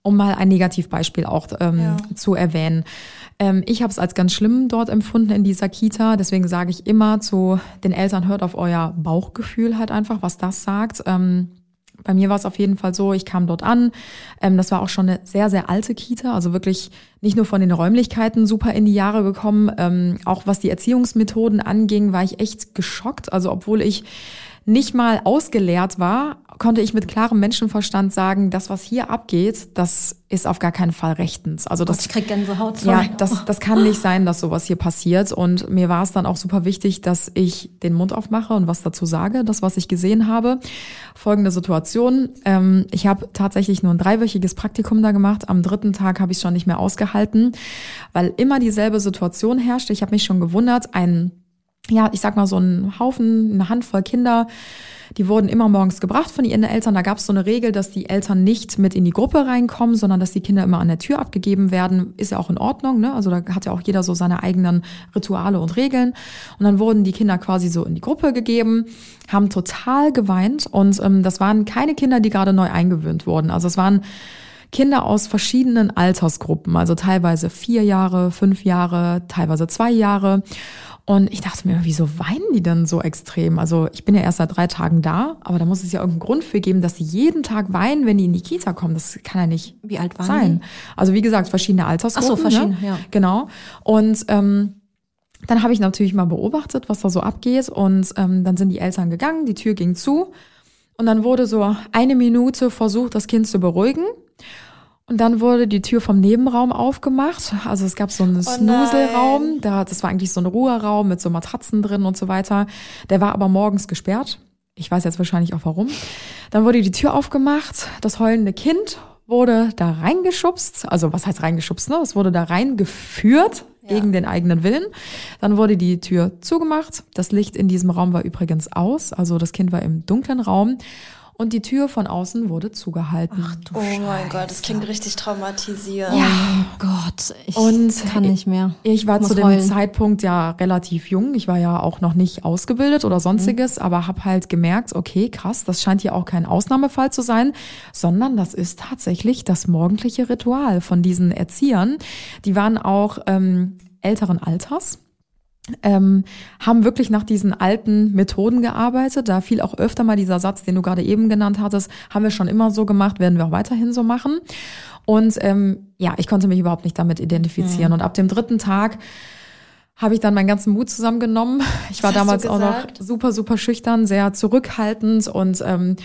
um mal ein Negativbeispiel auch ähm, ja. zu erwähnen. Ähm, ich habe es als ganz schlimm dort empfunden in dieser Kita. Deswegen sage ich immer zu den Eltern, hört auf euer Bauchgefühl halt einfach, was das sagt. Ähm, bei mir war es auf jeden Fall so, ich kam dort an. Ähm, das war auch schon eine sehr, sehr alte Kita. Also wirklich nicht nur von den Räumlichkeiten super in die Jahre gekommen. Ähm, auch was die Erziehungsmethoden anging, war ich echt geschockt. Also obwohl ich nicht mal ausgelehrt war, konnte ich mit klarem Menschenverstand sagen, das, was hier abgeht, das ist auf gar keinen Fall rechtens. Also das,
Gott, ich krieg Gänsehaut. Sorry.
Ja, das, das kann nicht sein, dass sowas hier passiert. Und mir war es dann auch super wichtig, dass ich den Mund aufmache und was dazu sage, das, was ich gesehen habe. Folgende Situation. Ähm, ich habe tatsächlich nur ein dreiwöchiges Praktikum da gemacht. Am dritten Tag habe ich es schon nicht mehr ausgehalten, weil immer dieselbe Situation herrschte. Ich habe mich schon gewundert, ein ja, ich sag mal so ein Haufen, eine Handvoll Kinder, die wurden immer morgens gebracht von ihren Eltern. Da gab es so eine Regel, dass die Eltern nicht mit in die Gruppe reinkommen, sondern dass die Kinder immer an der Tür abgegeben werden. Ist ja auch in Ordnung, ne? Also da hat ja auch jeder so seine eigenen Rituale und Regeln. Und dann wurden die Kinder quasi so in die Gruppe gegeben, haben total geweint. Und ähm, das waren keine Kinder, die gerade neu eingewöhnt wurden. Also es waren Kinder aus verschiedenen Altersgruppen, also teilweise vier Jahre, fünf Jahre, teilweise zwei Jahre. Und ich dachte mir, wieso weinen die denn so extrem? Also ich bin ja erst seit drei Tagen da, aber da muss es ja irgendeinen Grund für geben, dass sie jeden Tag weinen, wenn die in die Kita kommen. Das kann ja nicht
Wie alt waren
sein.
Die?
Also wie gesagt, verschiedene Altersgruppen.
Ach so, verschiedene,
ne?
ja.
Genau. Und ähm, dann habe ich natürlich mal beobachtet, was da so abgeht. Und ähm, dann sind die Eltern gegangen, die Tür ging zu. Und dann wurde so eine Minute versucht, das Kind zu beruhigen. Und dann wurde die Tür vom Nebenraum aufgemacht. Also es gab so einen
Oh
Snuselraum. Da, das war eigentlich so ein Ruheraum mit so Matratzen drin und so weiter. Der war aber morgens gesperrt. Ich weiß jetzt wahrscheinlich auch warum. Dann wurde die Tür aufgemacht. Das heulende Kind wurde da reingeschubst. Also was heißt reingeschubst? Ne? Es wurde da reingeführt ja. gegen den eigenen Willen. Dann wurde die Tür zugemacht. Das Licht in diesem Raum war übrigens aus. Also das Kind war im dunklen Raum. Und die Tür von außen wurde zugehalten.
Ach du
Oh
Scheiße.
mein Gott, das klingt richtig traumatisierend.
Ja, oh Gott, ich
Und
kann nicht mehr.
Ich war
Muss
zu dem
heulen.
Zeitpunkt ja relativ jung. Ich war ja auch noch nicht ausgebildet oder sonstiges, mhm. aber habe halt gemerkt, okay, krass, das scheint hier auch kein Ausnahmefall zu sein, sondern das ist tatsächlich das morgendliche Ritual von diesen Erziehern. Die waren auch ähm, älteren Alters. Ähm, haben wirklich nach diesen alten Methoden gearbeitet. Da fiel auch öfter mal dieser Satz, den du gerade eben genannt hattest, haben wir schon immer so gemacht, werden wir auch weiterhin so machen. Und ähm, ja, ich konnte mich überhaupt nicht damit identifizieren. Mhm. Und ab dem dritten Tag habe ich dann meinen ganzen Mut zusammengenommen. Ich war
Was hast
damals
du
auch noch
gesagt?
super, super schüchtern, sehr zurückhaltend und ähm,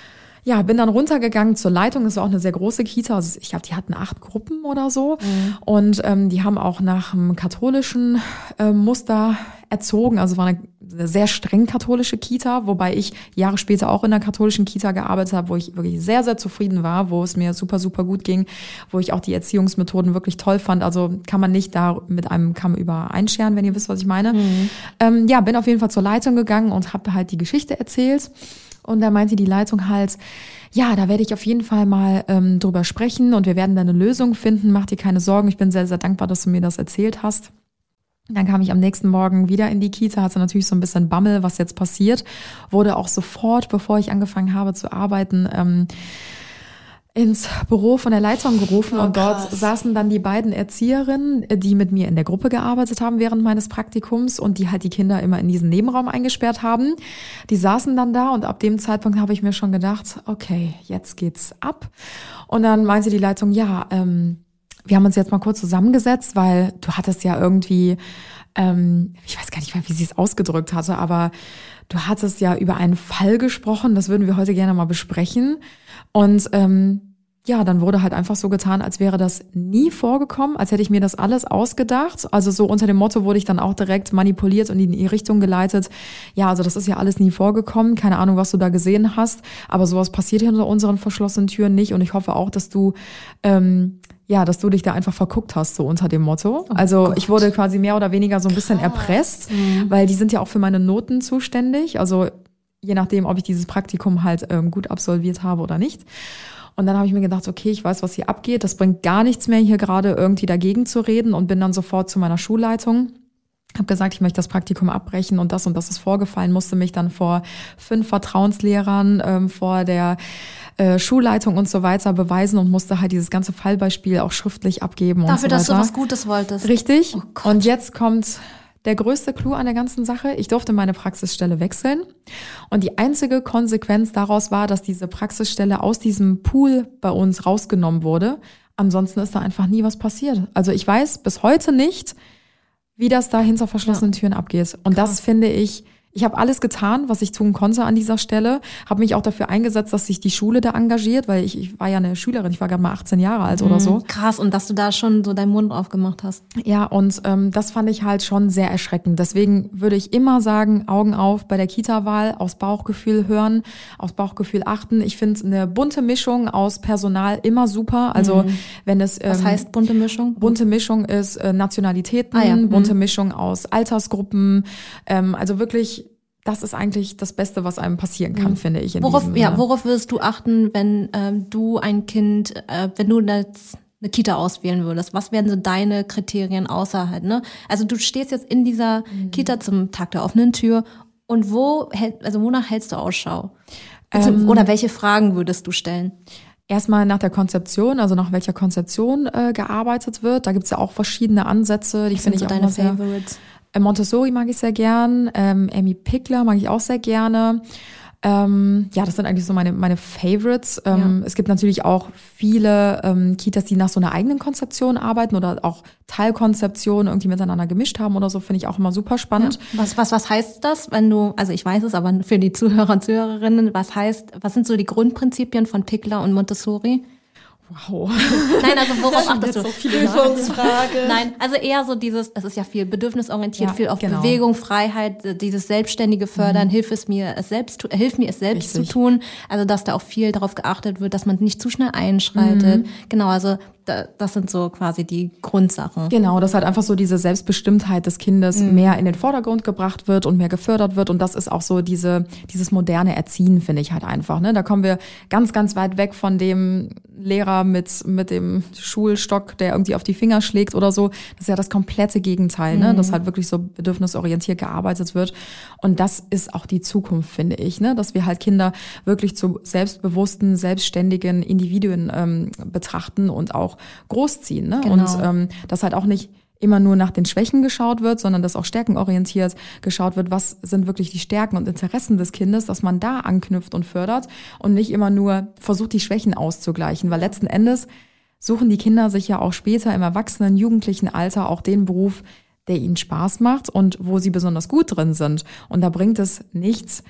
ja, bin dann runtergegangen zur Leitung. Das war auch eine sehr große Kita. Also ich glaube, die hatten acht Gruppen oder so. Mhm. Und ähm, die haben auch nach dem katholischen äh, Muster erzogen. Also war eine sehr streng katholische Kita, wobei ich Jahre später auch in einer katholischen Kita gearbeitet habe, wo ich wirklich sehr, sehr zufrieden war, wo es mir super, super gut ging, wo ich auch die Erziehungsmethoden wirklich toll fand. Also kann man nicht da mit einem Kamm über einscheren, wenn ihr wisst, was ich meine. Mhm. Ähm, ja, bin auf jeden Fall zur Leitung gegangen und habe halt die Geschichte erzählt. Und da meinte die Leitung halt, ja, da werde ich auf jeden Fall mal ähm, drüber sprechen und wir werden da eine Lösung finden. Mach dir keine Sorgen, ich bin sehr, sehr dankbar, dass du mir das erzählt hast. Dann kam ich am nächsten Morgen wieder in die Kita, hatte natürlich so ein bisschen Bammel, was jetzt passiert. Wurde auch sofort, bevor ich angefangen habe zu arbeiten, ähm, ins Büro von der Leitung gerufen. Oh, und dort krass. Saßen dann die beiden Erzieherinnen, die mit mir in der Gruppe gearbeitet haben während meines Praktikums und die halt die Kinder immer in diesen Nebenraum eingesperrt haben. Die saßen dann da und ab dem Zeitpunkt habe ich mir schon gedacht, okay, jetzt geht's ab. Und dann meinte die Leitung, ja, ähm, wir haben uns jetzt mal kurz zusammengesetzt, weil du hattest ja irgendwie, ähm, ich weiß gar nicht mehr, wie sie es ausgedrückt hatte, aber du hattest ja über einen Fall gesprochen, das würden wir heute gerne mal besprechen. Und ähm, ja, dann wurde halt einfach so getan, als wäre das nie vorgekommen, als hätte ich mir das alles ausgedacht. Also so unter dem Motto wurde ich dann auch direkt manipuliert und in die Richtung geleitet. Ja, also das ist ja alles nie vorgekommen. Keine Ahnung, was du da gesehen hast. Aber sowas passiert hinter unseren verschlossenen Türen nicht. Und ich hoffe auch, dass du ähm, ja, dass du dich da einfach verguckt hast, so unter dem Motto. Oh also Gott. Ich wurde quasi mehr oder weniger so ein bisschen Krass. erpresst, mhm. weil die sind ja auch für meine Noten zuständig. Also je nachdem, ob ich dieses Praktikum halt ähm, gut absolviert habe oder nicht. Und dann habe ich mir gedacht, okay, ich weiß, was hier abgeht. Das bringt gar nichts mehr, hier gerade irgendwie dagegen zu reden und bin dann sofort zu meiner Schulleitung. Habe gesagt, ich möchte das Praktikum abbrechen und das und das ist vorgefallen. Musste mich dann vor fünf Vertrauenslehrern, ähm, vor der äh, Schulleitung und so weiter beweisen und musste halt dieses ganze Fallbeispiel auch schriftlich abgeben
Dafür,
und so weiter.
dass du was Gutes wolltest.
Richtig.
Oh Gott.
Und jetzt kommt der größte Clou an der ganzen Sache. Ich durfte meine Praxisstelle wechseln und die einzige Konsequenz daraus war, dass diese Praxisstelle aus diesem Pool bei uns rausgenommen wurde. Ansonsten ist da einfach nie was passiert. Also ich weiß bis heute nicht, wie das da hinter verschlossenen ja. Türen abgeht. Und Krass. Das finde ich, ich habe alles getan, was ich tun konnte an dieser Stelle. Habe mich auch dafür eingesetzt, dass sich die Schule da engagiert, weil ich, ich war ja eine Schülerin, ich war gerade mal achtzehn Jahre alt mhm. oder so.
Krass, und dass du da schon so deinen Mund aufgemacht hast.
Ja, und ähm, das fand ich halt schon sehr erschreckend. Deswegen würde ich immer sagen, Augen auf bei der Kita-Wahl, aufs Bauchgefühl hören, aufs Bauchgefühl achten. Ich finde eine bunte Mischung aus Personal immer super. Also mhm. wenn es ähm,
Was heißt bunte Mischung?
Bunte Mischung ist äh, Nationalitäten,
ah, ja.
bunte
mhm.
Mischung aus Altersgruppen. Ähm, also wirklich, das ist eigentlich das Beste, was einem passieren kann, mhm. finde ich. In
worauf, ja, worauf würdest du achten, wenn ähm, du ein Kind, äh, wenn du eine, eine Kita auswählen würdest? Was wären so deine Kriterien außer halt, ne? Also du stehst jetzt in dieser mhm. Kita zum Tag der offenen Tür und wo, also wonach hältst du Ausschau? Ähm, Oder welche Fragen würdest du stellen?
Erstmal nach der Konzeption, also nach welcher Konzeption äh, gearbeitet wird. Da gibt's ja auch verschiedene Ansätze. Die finde ich
so
auch
deine
sehr,
Favorites?
Montessori mag ich sehr gern, ähm, Amy Pickler mag ich auch sehr gerne. Ähm, ja, das sind eigentlich so meine meine Favorites. Ähm, ja. Es gibt natürlich auch viele ähm, Kitas, die nach so einer eigenen Konzeption arbeiten oder auch Teilkonzeptionen irgendwie miteinander gemischt haben oder so, finde ich auch immer super spannend.
Ja. Was was was heißt das, wenn du, also ich weiß es, aber für die Zuhörer und Zuhörerinnen, was heißt, was sind so die Grundprinzipien von Pickler und Montessori?
Wow.
Nein, also worauf achtest du?
So Prüfungsfrage.
Nein, also eher so dieses, es ist ja viel bedürfnisorientiert,
ja,
viel auf
genau.
Bewegung, Freiheit, dieses selbstständige Fördern, mhm. hilf es mir, es selbst, hilf mir es selbst Richtig. Zu tun. Also dass da auch viel darauf geachtet wird, dass man nicht zu schnell einschreitet. Mhm. Genau, also das sind so quasi die Grundsachen.
Genau, dass halt einfach so diese Selbstbestimmtheit des Kindes mhm. mehr in den Vordergrund gebracht wird und mehr gefördert wird. Und das ist auch so diese dieses moderne Erziehen, finde ich halt einfach. Ne? Da kommen wir ganz, ganz weit weg von dem Lehrer mit mit dem Schulstock, der irgendwie auf die Finger schlägt oder so. Das ist ja das komplette Gegenteil, mhm. ne? Dass halt wirklich so bedürfnisorientiert gearbeitet wird. Und das ist auch die Zukunft, finde ich, ne? Dass wir halt Kinder wirklich zu selbstbewussten, selbstständigen Individuen ähm, betrachten und auch großziehen, ne?
Genau.
Und ähm, dass halt auch nicht immer nur nach den Schwächen geschaut wird, sondern dass auch stärkenorientiert geschaut wird, was sind wirklich die Stärken und Interessen des Kindes, dass man da anknüpft und fördert und nicht immer nur versucht, die Schwächen auszugleichen, weil letzten Endes suchen die Kinder sich ja auch später im erwachsenen, jugendlichen Alter auch den Beruf, der ihnen Spaß macht und wo sie besonders gut drin sind. Und da bringt es nichts,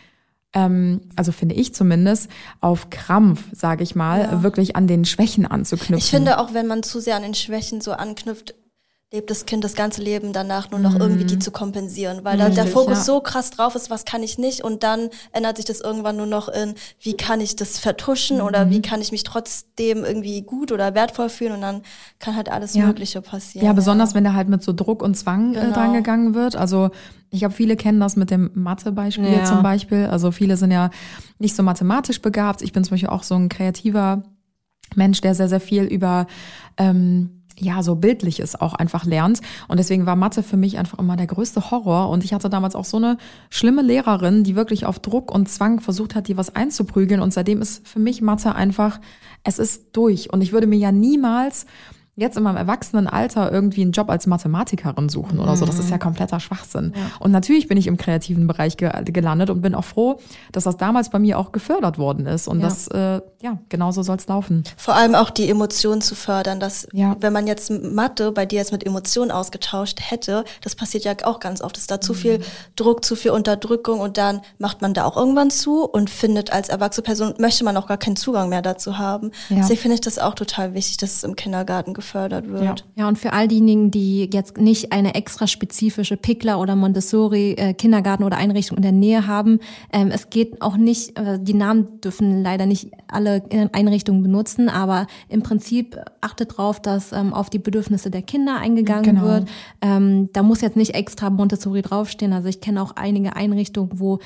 also finde ich zumindest, auf Krampf, sage ich mal, ja. wirklich an den Schwächen anzuknüpfen.
Ich finde auch, wenn man zu sehr an den Schwächen so anknüpft, lebt das Kind das ganze Leben danach nur noch mhm. irgendwie die zu kompensieren, weil da der Fokus ja. so krass drauf ist, was kann ich nicht, und dann ändert sich das irgendwann nur noch in, wie kann ich das vertuschen mhm. oder wie kann ich mich trotzdem irgendwie gut oder wertvoll fühlen, und dann kann halt alles ja. Mögliche passieren.
Ja, besonders ja. wenn da halt mit so Druck und Zwang genau. äh, dran gegangen wird. Also ich glaube, viele kennen das mit dem Mathe-Beispiel ja. zum Beispiel. Also viele sind ja nicht so mathematisch begabt. Ich bin zum Beispiel auch so ein kreativer Mensch, der sehr, sehr viel über ähm, ja, so Bildliches auch einfach lernt. Und deswegen war Mathe für mich einfach immer der größte Horror. Und ich hatte damals auch so eine schlimme Lehrerin, die wirklich auf Druck und Zwang versucht hat, dir was einzuprügeln. Und seitdem ist für mich Mathe einfach, es ist durch. Und ich würde mir ja niemals jetzt in meinem Erwachsenenalter irgendwie einen Job als Mathematikerin suchen oder so. Das ist ja kompletter Schwachsinn. Ja. Und natürlich bin ich im kreativen Bereich ge- gelandet und bin auch froh, dass das damals bei mir auch gefördert worden ist. Und ja. das, äh, ja, genauso soll es laufen.
Vor allem auch die Emotionen zu fördern, dass,
ja.
wenn man jetzt Mathe bei dir jetzt mit Emotionen ausgetauscht hätte, das passiert ja auch ganz oft, ist da mhm. zu viel Druck, zu viel Unterdrückung, und dann macht man da auch irgendwann zu und findet als erwachsene Person, möchte man auch gar keinen Zugang mehr dazu haben. Ja. Deswegen finde ich das auch total wichtig, dass es im Kindergarten gefördert gefördert wird.
Ja. ja, und für all diejenigen, die jetzt nicht eine extra spezifische Pickler oder Montessori äh, Kindergarten oder Einrichtung in der Nähe haben, ähm, es geht auch nicht, äh, die Namen dürfen leider nicht alle Einrichtungen benutzen, aber im Prinzip achtet drauf, dass ähm, auf die Bedürfnisse der Kinder eingegangen genau. wird. Ähm, da muss jetzt nicht extra Montessori draufstehen. Also ich kenne auch einige Einrichtungen, wo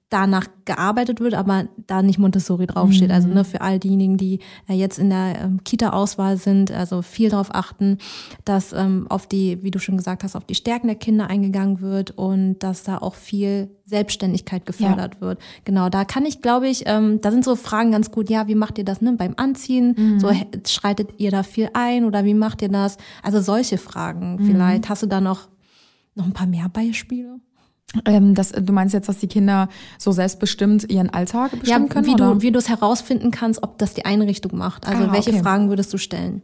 danach gearbeitet wird, aber da nicht Montessori draufsteht. Mhm. Also ne, für all diejenigen, die äh, jetzt in der ähm, Kita-Auswahl sind, also viel darauf achten, dass ähm, auf die, wie du schon gesagt hast, auf die Stärken der Kinder eingegangen wird und dass da auch viel Selbstständigkeit gefördert ja. wird. Genau, da kann ich, glaube ich, ähm, da sind so Fragen ganz gut, ja, wie macht ihr das ne, beim Anziehen? Mhm. So schreitet ihr da viel ein oder wie macht ihr das? Also solche Fragen mhm. vielleicht. Hast du da noch, noch ein paar mehr Beispiele?
Ähm, das, du meinst jetzt, dass die Kinder so selbstbestimmt ihren Alltag bestimmen
ja,
können?
Wie
oder?
du, wie du es herausfinden kannst, ob das die Einrichtung macht. Also
ah,
welche
okay.
Fragen würdest du stellen?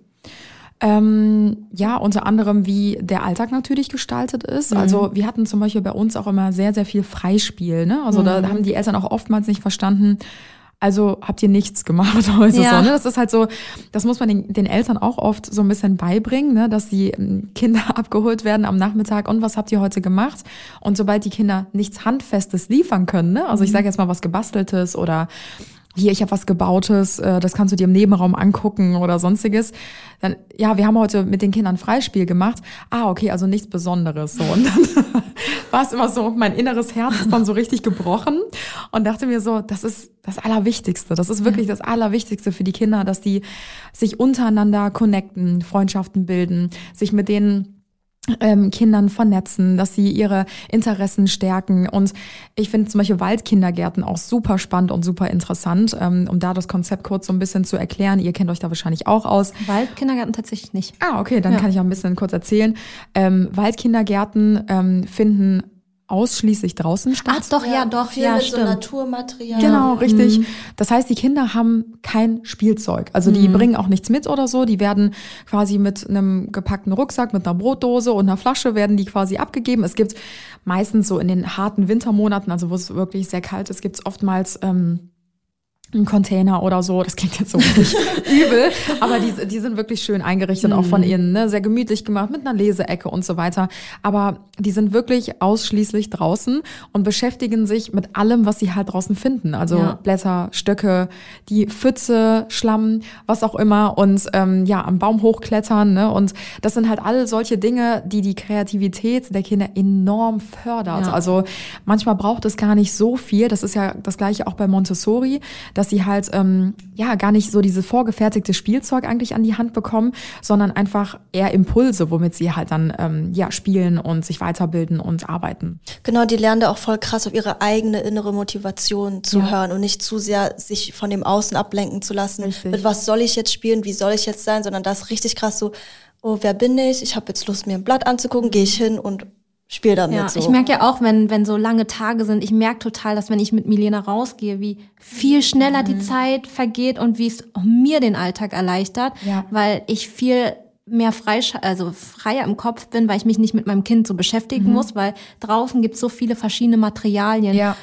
Ähm, ja, unter anderem, wie der Alltag natürlich gestaltet ist. Mhm. Also wir hatten zum Beispiel bei uns auch immer sehr, sehr viel Freispiel. Ne? Also mhm. da haben die Eltern auch oftmals nicht verstanden, also habt ihr nichts gemacht heute ja. so, ne? Das ist halt so, das muss man den, den Eltern auch oft so ein bisschen beibringen, ne? Dass die Kinder abgeholt werden am Nachmittag und was habt ihr heute gemacht? Und sobald die Kinder nichts Handfestes liefern können, ne? Also ich sage jetzt mal was Gebasteltes oder hier, ich habe was Gebautes, das kannst du dir im Nebenraum angucken oder sonstiges. Dann, ja, wir haben heute mit den Kindern Freispiel gemacht. Ah, okay, also nichts Besonderes. So. Und dann war es immer so, mein inneres Herz ist dann so richtig gebrochen und dachte mir so, das ist das Allerwichtigste. Das ist wirklich das Allerwichtigste für die Kinder, dass die sich untereinander connecten, Freundschaften bilden, sich mit denen Ähm, Kindern vernetzen, dass sie ihre Interessen stärken. Und ich finde zum Beispiel Waldkindergärten auch super spannend und super interessant, ähm, um da das Konzept kurz so ein bisschen zu erklären. Ihr kennt euch da wahrscheinlich auch aus.
Waldkindergärten tatsächlich nicht.
Ah, okay, dann ja. kann ich auch ein bisschen kurz erzählen. Ähm, Waldkindergärten ähm, finden ausschließlich draußen statt.
Ach doch, ja, ja doch,
viel
ja,
mit
stimmt.
so Naturmaterial.
Genau, richtig.
Mhm.
Das heißt, die Kinder haben kein Spielzeug. Also die mhm. bringen auch nichts mit oder so. Die werden quasi mit einem gepackten Rucksack, mit einer Brotdose und einer Flasche werden die quasi abgegeben. Es gibt meistens so in den harten Wintermonaten, also wo es wirklich sehr kalt ist, gibt es oftmals ähm, ein Container oder so, das klingt jetzt so wirklich übel, aber die, die sind wirklich schön eingerichtet, mhm. auch von innen, ne? Sehr gemütlich gemacht, mit einer Leseecke und so weiter. Aber die sind wirklich ausschließlich draußen und beschäftigen sich mit allem, was sie halt draußen finden. Also ja. Blätter, Stöcke, die Pfütze, Schlamm, was auch immer und ähm, ja, am Baum hochklettern. Ne? Und das sind halt alle solche Dinge, die die Kreativität der Kinder enorm fördert. Ja. Also manchmal braucht es gar nicht so viel. Das ist ja das Gleiche auch bei Montessori, dass sie halt ähm, ja gar nicht so dieses vorgefertigte Spielzeug eigentlich an die Hand bekommen, sondern einfach eher Impulse, womit sie halt dann ähm, ja spielen und sich weiterbilden und arbeiten.
Genau, die lernen da auch voll krass auf ihre eigene innere Motivation zu
ja.
hören und nicht zu sehr sich von dem Außen ablenken zu lassen.
Richtig.
Mit was soll ich jetzt spielen, wie soll ich jetzt sein, sondern das ist richtig krass so, oh, wer bin ich? Ich habe jetzt Lust, mir ein Blatt anzugucken, gehe ich hin und spiel damit
ja,
so.
Ich merke ja auch, wenn wenn so lange Tage sind, ich merke total, dass wenn ich mit Milena rausgehe, wie viel schneller mhm. die Zeit vergeht und wie es mir den Alltag erleichtert,
ja.
weil ich viel mehr frei, also freier im Kopf bin, weil ich mich nicht mit meinem Kind so beschäftigen mhm. muss, weil draußen gibt es so viele verschiedene Materialien.
Ja.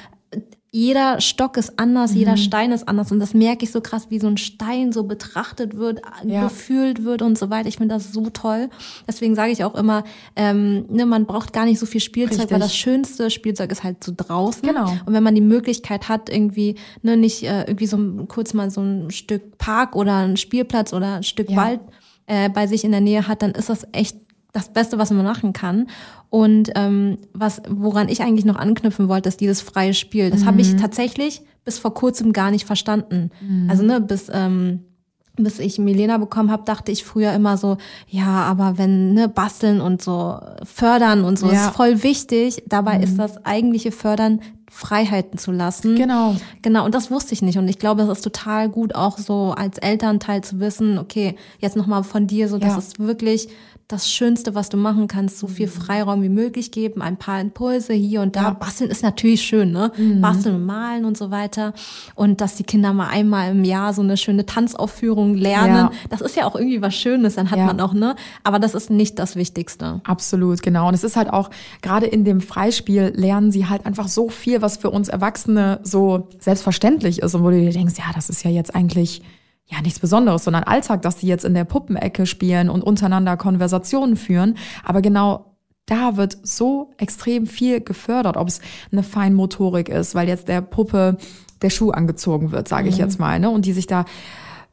Jeder Stock ist anders,
mhm.
jeder Stein ist anders und das merke ich so krass, wie so ein Stein so betrachtet wird,
ja.
gefühlt wird und so weiter. Ich finde das so toll. Deswegen sage ich auch immer, ähm, ne, man braucht gar nicht so viel Spielzeug,
Richtig.
weil das schönste Spielzeug ist halt so draußen.
Genau.
Und wenn man die Möglichkeit hat, irgendwie ne, nicht äh, irgendwie so ein, kurz mal so ein Stück Park oder ein Spielplatz oder ein Stück
ja.
Wald äh, bei sich in der Nähe hat, dann ist das echt das Beste, was man machen kann. Und ähm, was, woran ich eigentlich noch anknüpfen wollte, ist dieses freie Spiel. Das mhm. habe ich tatsächlich bis vor kurzem gar nicht verstanden. Mhm. Also ne, bis ähm, bis ich Milena bekommen habe, dachte ich früher immer so, ja, aber wenn ne basteln und so fördern und so
ja.
ist voll wichtig. Dabei
mhm.
ist das eigentliche Fördern, Freiheiten zu lassen.
Genau.
Genau, und das wusste ich nicht. Und ich glaube, es ist total gut, auch so als Elternteil zu wissen, okay, jetzt nochmal von dir, so, das
ja.
ist wirklich das Schönste, was du machen kannst, so viel Freiraum wie möglich geben, ein paar Impulse hier und da.
Ja.
Basteln ist natürlich schön, ne? Mhm. Basteln und malen und so weiter. Und dass die Kinder mal einmal im Jahr so eine schöne Tanzaufführung lernen.
Ja.
Das ist ja auch irgendwie was Schönes, dann hat
ja.
man auch, ne? Aber das ist nicht das Wichtigste.
Absolut, genau. Und es ist halt auch, gerade in dem Freispiel lernen sie halt einfach so viel, was für uns Erwachsene so selbstverständlich ist und wo du dir denkst, ja, das ist ja jetzt eigentlich ja nichts Besonderes, sondern Alltag, dass sie jetzt in der Puppenecke spielen und untereinander Konversationen führen. Aber genau da wird so extrem viel gefördert, ob es eine Feinmotorik ist, weil jetzt der Puppe der Schuh angezogen wird, sage ich jetzt mal, ne? Und die sich da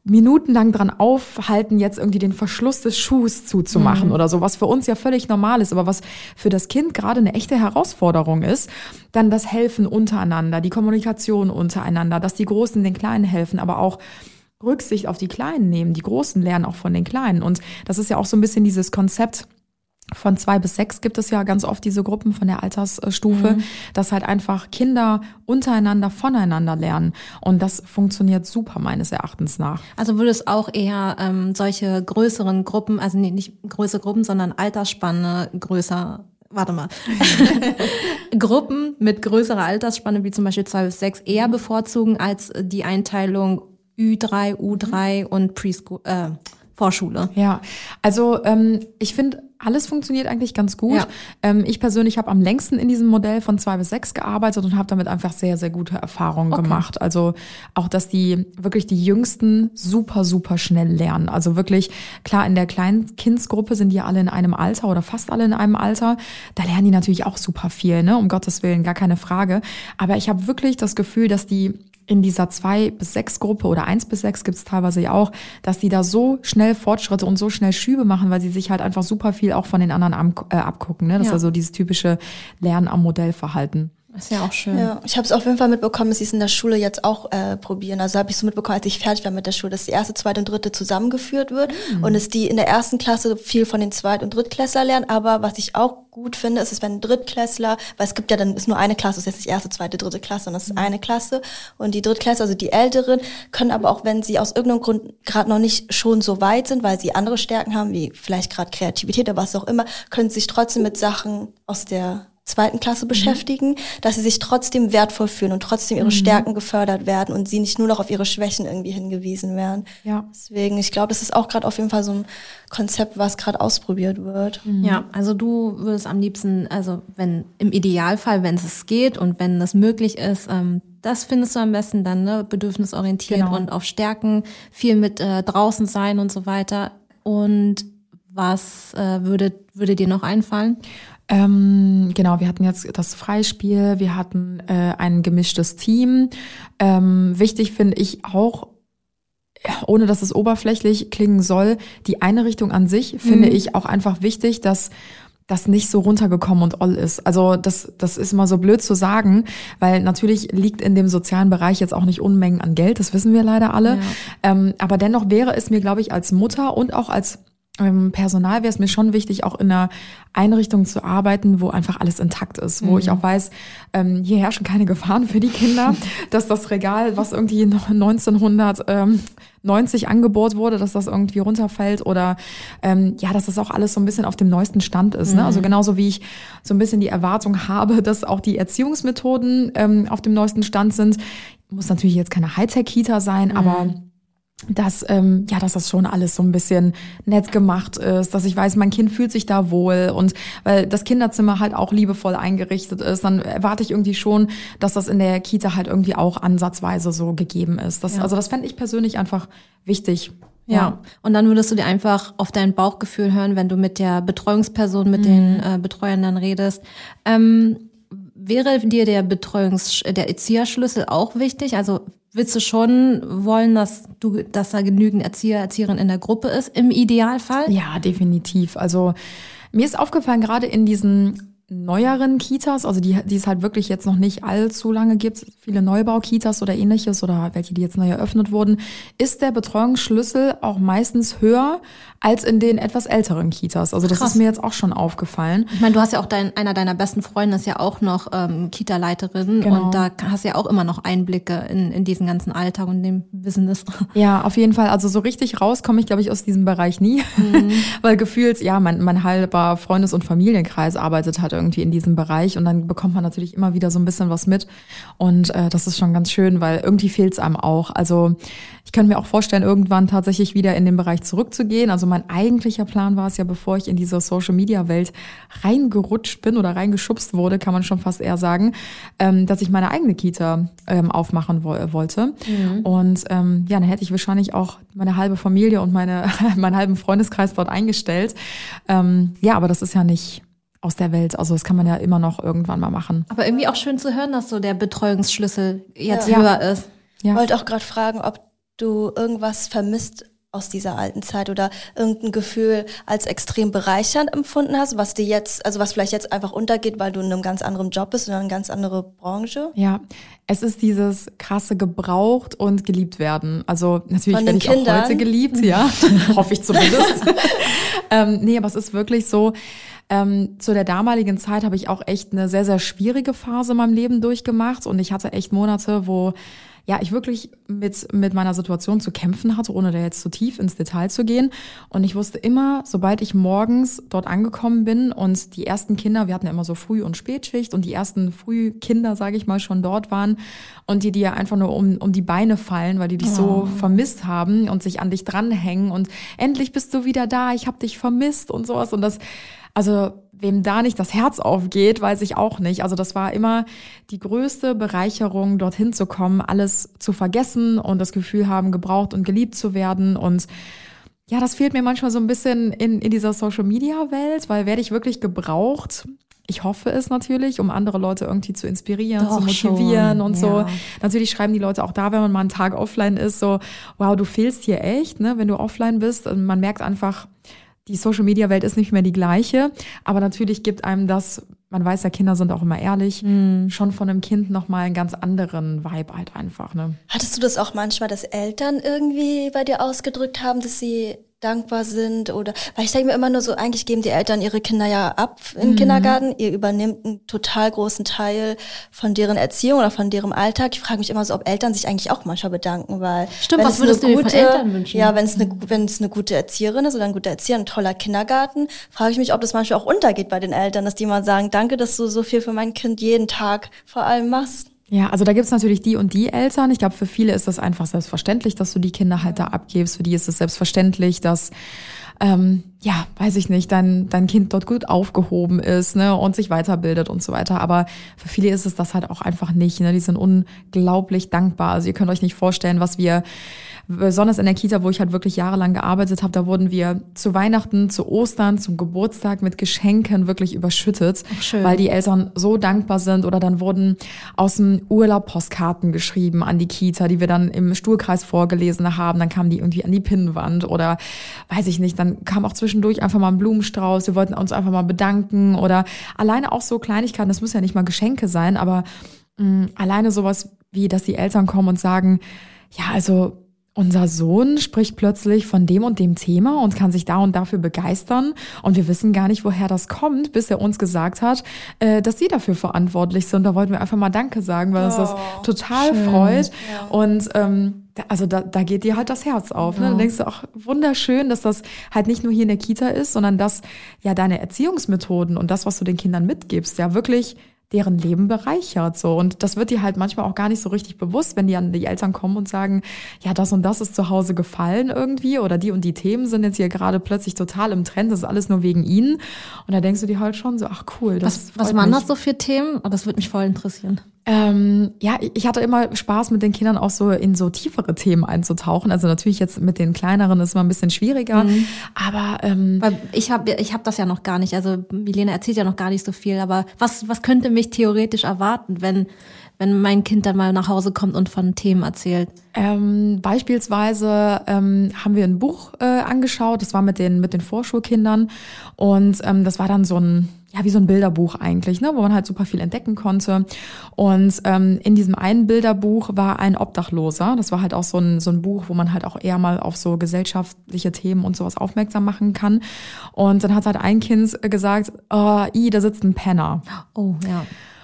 minutenlang dran aufhalten, jetzt irgendwie den Verschluss des Schuhs zuzumachen mhm. oder so, was für uns ja völlig normal ist, aber was für das Kind gerade eine echte Herausforderung ist, dann das Helfen untereinander, die Kommunikation untereinander, dass die Großen den Kleinen helfen, aber auch Rücksicht auf die Kleinen nehmen. Die Großen lernen auch von den Kleinen. Und das ist ja auch so ein bisschen dieses Konzept, von zwei bis sechs gibt es ja ganz oft diese Gruppen von der Altersstufe, mhm. dass halt einfach Kinder untereinander voneinander lernen. Und das funktioniert super meines Erachtens nach.
Also würde es auch eher ähm, solche größeren Gruppen, also nicht, nicht größere Gruppen, sondern Altersspanne größer, warte mal, Gruppen mit größerer Altersspanne, wie zum Beispiel zwei bis sechs, eher bevorzugen als die Einteilung Ü drei, U drei und Preschool, äh, Vorschule.
Ja, also ähm, ich finde, alles funktioniert eigentlich ganz gut. Ja. Ähm, ich persönlich habe am längsten in diesem Modell von zwei bis sechs gearbeitet und habe damit einfach sehr, sehr gute Erfahrungen okay. gemacht. Also auch, dass die wirklich die Jüngsten super, super schnell lernen. Also wirklich, klar, in der Kleinkindsgruppe sind die alle in einem Alter oder fast alle in einem Alter. Da lernen die natürlich auch super viel, ne? Um Gottes Willen, gar keine Frage. Aber ich habe wirklich das Gefühl, dass die in dieser zwei bis sechs Gruppe oder eins bis sechs gibt es teilweise ja auch, dass die da so schnell Fortschritte und so schnell Schübe machen, weil sie sich halt einfach super viel auch von den anderen am, äh, abgucken. Ne? Das ja. ist also dieses typische Lernen am Modellverhalten.
Ist ja auch schön.
Ja, ich habe es auf jeden Fall mitbekommen, dass sie es in der Schule jetzt auch äh, probieren. Also habe ich so mitbekommen, als ich fertig war mit der Schule, dass die erste, zweite und dritte zusammengeführt wird mhm. und dass die in der ersten Klasse viel von den Zweit- und Drittklässler lernen. Aber was ich auch gut finde, ist es, wenn ein Drittklässler, weil es gibt ja dann, ist nur eine Klasse, das ist jetzt nicht erste, zweite, dritte Klasse, sondern das ist eine Klasse. Und die Drittklässler, also die Älteren, können aber auch, wenn sie aus irgendeinem Grund gerade noch nicht schon so weit sind, weil sie andere Stärken haben, wie vielleicht gerade Kreativität oder was auch immer, können sie sich trotzdem mit Sachen aus der zweiten Klasse beschäftigen, mhm. dass sie sich trotzdem wertvoll fühlen und trotzdem ihre mhm. Stärken gefördert werden und sie nicht nur noch auf ihre Schwächen irgendwie hingewiesen werden.
Ja.
Deswegen, ich glaube, das ist auch gerade auf jeden Fall so ein Konzept, was gerade ausprobiert wird.
Mhm. Ja, also du würdest am liebsten, also wenn im Idealfall, wenn es geht und wenn es möglich ist, ähm, das findest du am besten dann, ne, bedürfnisorientiert genau. und auf Stärken, viel mit äh, draußen sein und so weiter. Und was äh, würde, würde dir noch einfallen?
Ähm, genau, wir hatten jetzt das Freispiel, wir hatten äh, ein gemischtes Team. Ähm, wichtig finde ich auch, ohne dass es oberflächlich klingen soll, die Einrichtung an sich mhm. finde ich auch einfach wichtig, dass das nicht so runtergekommen und all ist. Also das, das ist immer so blöd zu sagen, weil natürlich liegt in dem sozialen Bereich jetzt auch nicht Unmengen an Geld, das wissen wir leider alle. Ja. Ähm, aber dennoch wäre es mir, glaube ich, als Mutter und auch als Personal wäre es mir schon wichtig, auch in einer Einrichtung zu arbeiten, wo einfach alles intakt ist, wo mhm. ich auch weiß, ähm, hier herrschen keine Gefahren für die Kinder, dass das Regal, was irgendwie neunzehnhundertneunzig angebohrt wurde, dass das irgendwie runterfällt oder ähm, ja, dass das auch alles so ein bisschen auf dem neuesten Stand ist. Ne? Mhm. Also genauso wie ich so ein bisschen die Erwartung habe, dass auch die Erziehungsmethoden ähm, auf dem neuesten Stand sind. Muss natürlich jetzt keine Hightech-Kita sein, mhm. aber dass ähm, ja, dass das schon alles so ein bisschen nett gemacht ist, dass ich weiß, mein Kind fühlt sich da wohl und weil das Kinderzimmer halt auch liebevoll eingerichtet ist, dann erwarte ich irgendwie schon, dass das in der Kita halt irgendwie auch ansatzweise so gegeben ist. Das, ja. Also das fände ich persönlich einfach wichtig.
Ja. ja, und dann würdest du dir einfach auf dein Bauchgefühl hören, wenn du mit der Betreuungsperson, mit mhm. den äh, Betreuern dann redest. Ähm, wäre dir der Betreuungs-, der Erzieherschlüssel auch wichtig? Also willst du schon wollen, dass du, dass da genügend Erzieher, Erzieherin in der Gruppe ist, im Idealfall?
Ja, definitiv. Also mir ist aufgefallen, gerade in diesen neueren Kitas, also die, die es halt wirklich jetzt noch nicht allzu lange gibt, viele Neubau-Kitas oder ähnliches oder welche, die jetzt neu eröffnet wurden, ist der Betreuungsschlüssel auch meistens höher als in den etwas älteren Kitas. Also das Krass. Ist mir jetzt auch schon aufgefallen.
Ich meine, du hast ja auch dein, einer deiner besten Freunde ist ja auch noch ähm, Kita-Leiterin genau. und da hast du ja auch immer noch Einblicke in, in diesen ganzen Alltag und dem Business.
Ja, auf jeden Fall. Also so richtig raus komme ich, glaube ich, aus diesem Bereich nie, mhm. weil gefühlt, ja, mein, mein halber Freundes- und Familienkreis arbeitet halt irgendwie in diesem Bereich und dann bekommt man natürlich immer wieder so ein bisschen was mit und äh, das ist schon ganz schön, weil irgendwie fehlt es einem auch. Also ich könnte mir auch vorstellen, irgendwann tatsächlich wieder in den Bereich zurückzugehen. Also mein eigentlicher Plan war es ja, bevor ich in diese Social-Media-Welt reingerutscht bin oder reingeschubst wurde, kann man schon fast eher sagen, ähm, dass ich meine eigene Kita ähm, aufmachen wo- wollte. Mhm. Und ähm, ja, dann hätte ich wahrscheinlich auch meine halbe Familie und meine meinen halben Freundeskreis dort eingestellt. Ähm, ja, aber das ist ja nicht aus der Welt. Also das kann man ja immer noch irgendwann mal machen.
Aber irgendwie auch schön zu hören, dass so der Betreuungsschlüssel jetzt
ja.
höher ist.
Ich ja. wollte auch gerade fragen, ob du irgendwas vermisst aus dieser alten Zeit oder irgendein Gefühl als extrem bereichernd empfunden hast, was dir jetzt, also was vielleicht jetzt einfach untergeht, weil du in einem ganz anderen Job bist oder in einer ganz andere Branche?
Ja, es ist dieses krasse gebraucht und geliebt werden. Also natürlich werde ich
Kindern.
auch heute geliebt, ja, hoffe ich zumindest. ähm, nee, aber es ist wirklich so, ähm, zu der damaligen Zeit habe ich auch echt eine sehr, sehr schwierige Phase in meinem Leben durchgemacht und ich hatte echt Monate, wo ja, ich wirklich mit mit meiner Situation zu kämpfen hatte, ohne da jetzt zu tief ins Detail zu gehen. Und ich wusste immer, sobald ich morgens dort angekommen bin und die ersten Kinder, wir hatten ja immer so Früh- und Spätschicht und die ersten Frühkinder, sage ich mal, schon dort waren und die dir einfach nur um um die Beine fallen, weil die dich oh. so vermisst haben und sich an dich dranhängen und endlich bist du wieder da, ich habe dich vermisst und sowas. Und das, also wem da nicht das Herz aufgeht, weiß ich auch nicht. Also das war immer die größte Bereicherung, dorthin zu kommen, alles zu vergessen und das Gefühl haben, gebraucht und geliebt zu werden. Und ja, das fehlt mir manchmal so ein bisschen in, in dieser Social-Media-Welt, weil werde ich wirklich gebraucht? Ich hoffe es natürlich, um andere Leute irgendwie zu inspirieren, Doch, zu motivieren schon. und ja. so. Natürlich schreiben die Leute auch da, wenn man mal einen Tag offline ist, so, wow, du fehlst hier echt, ne, wenn du offline bist. Und man merkt einfach, die Social-Media-Welt ist nicht mehr die gleiche, aber natürlich gibt einem das, man weiß ja, Kinder sind auch immer ehrlich, mm. schon von einem Kind nochmal einen ganz anderen Vibe halt einfach. Ne?
Hattest du das auch manchmal, dass Eltern irgendwie bei dir ausgedrückt haben, dass sie dankbar sind oder, weil ich denke mir immer nur so, eigentlich geben die Eltern ihre Kinder ja ab im mhm. Kindergarten, ihr übernimmt einen total großen Teil von deren Erziehung oder von deren Alltag. Ich frage mich immer so, ob Eltern sich eigentlich auch manchmal bedanken, weil
Stimmt, was würdest du dir von Eltern wünschen?
Ja, wenn es eine, wenn es eine gute Erzieherin ist oder ein guter Erzieher, ein toller Kindergarten, frage ich mich, ob das manchmal auch untergeht bei den Eltern, dass die mal sagen, danke, dass du so viel für mein Kind jeden Tag vor allem machst.
Ja, also da gibt's natürlich die und die Eltern. Ich glaube, für viele ist das einfach selbstverständlich, dass du die Kinder halt da abgibst. Für die ist es selbstverständlich, dass, ähm, ja, weiß ich nicht, dein, dein Kind dort gut aufgehoben ist, ne, und sich weiterbildet und so weiter. Aber für viele ist es das halt auch einfach nicht, ne. Die sind unglaublich dankbar. Also ihr könnt euch nicht vorstellen, was wir, besonders in der Kita, wo ich halt wirklich jahrelang gearbeitet habe, da wurden wir zu Weihnachten, zu Ostern, zum Geburtstag mit Geschenken wirklich überschüttet, Schön. weil die Eltern so dankbar sind. Oder dann wurden aus dem Urlaub Postkarten geschrieben an die Kita, die wir dann im Stuhlkreis vorgelesen haben. Dann kamen die irgendwie an die Pinnwand oder weiß ich nicht, dann kam auch zwischendurch einfach mal ein Blumenstrauß. Wir wollten uns einfach mal bedanken oder alleine auch so Kleinigkeiten, das müssen ja nicht mal Geschenke sein, aber mh, alleine sowas wie, dass die Eltern kommen und sagen, ja, also unser Sohn spricht plötzlich von dem und dem Thema und kann sich da und dafür begeistern und wir wissen gar nicht, woher das kommt, bis er uns gesagt hat, äh, dass sie dafür verantwortlich sind. Da wollten wir einfach mal Danke sagen, weil uns oh, das total schön. freut. Ja. Und ähm, also da, da geht dir halt das Herz auf. Ne? Ja. Dann denkst du, ach, wunderschön, dass das halt nicht nur hier in der Kita ist, sondern dass ja deine Erziehungsmethoden und das, was du den Kindern mitgibst, ja wirklich deren Leben bereichert, so. Und das wird dir halt manchmal auch gar nicht so richtig bewusst, wenn die an die Eltern kommen und sagen, ja, das und das ist zu Hause gefallen irgendwie oder die und die Themen sind jetzt hier gerade plötzlich total im Trend, das ist alles nur wegen ihnen. Und da denkst du dir halt schon so, ach cool, das
Was, was waren das so für Themen? Aber das würde mich voll interessieren.
Ähm, ja, ich hatte immer Spaß mit den Kindern auch so in so tiefere Themen einzutauchen. Also natürlich jetzt mit den kleineren ist es mal ein bisschen schwieriger, mhm. aber ähm,
Weil ich habe ich hab das ja noch gar nicht. Also Milena erzählt ja noch gar nicht so viel. Aber was was könnte mich theoretisch erwarten, wenn wenn mein Kind dann mal nach Hause kommt und von Themen erzählt?
Ähm, beispielsweise ähm, haben wir ein Buch äh, angeschaut. Das war mit den mit den Vorschulkindern und ähm, das war dann so ein ja, wie so ein Bilderbuch eigentlich, ne, wo man halt super viel entdecken konnte. Und ähm, in diesem einen Bilderbuch war ein Obdachloser. Das war halt auch so ein so ein Buch, wo man halt auch eher mal auf so gesellschaftliche Themen und sowas aufmerksam machen kann. Und dann hat halt ein Kind gesagt, oh, i, da sitzt ein Penner.
Oh, ja.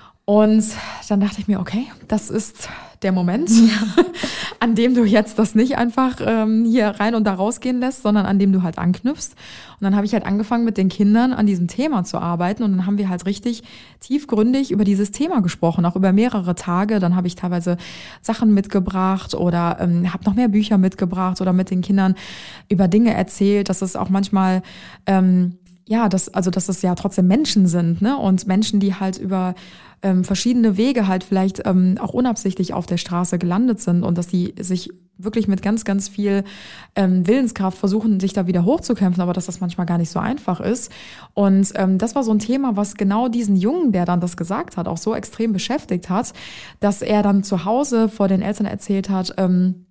Und dann dachte ich mir, okay, das ist der Moment, ja. an dem du jetzt das nicht einfach ähm, hier rein und da rausgehen lässt, sondern an dem du halt anknüpfst. Und dann habe ich halt angefangen, mit den Kindern an diesem Thema zu arbeiten. Und dann haben wir halt richtig tiefgründig über dieses Thema gesprochen, auch über mehrere Tage. Dann habe ich teilweise Sachen mitgebracht oder ähm, habe noch mehr Bücher mitgebracht oder mit den Kindern über Dinge erzählt, dass es auch manchmal ähm, ja, dass, also, dass es ja trotzdem Menschen sind, ne? Und Menschen, die halt über ähm, verschiedene Wege halt vielleicht ähm, auch unabsichtlich auf der Straße gelandet sind und dass die sich wirklich mit ganz, ganz viel ähm, Willenskraft versuchen, sich da wieder hochzukämpfen, aber dass das manchmal gar nicht so einfach ist. Und ähm, das war so ein Thema, was genau diesen Jungen, der dann das gesagt hat, auch so extrem beschäftigt hat, dass er dann zu Hause vor den Eltern erzählt hat, ähm,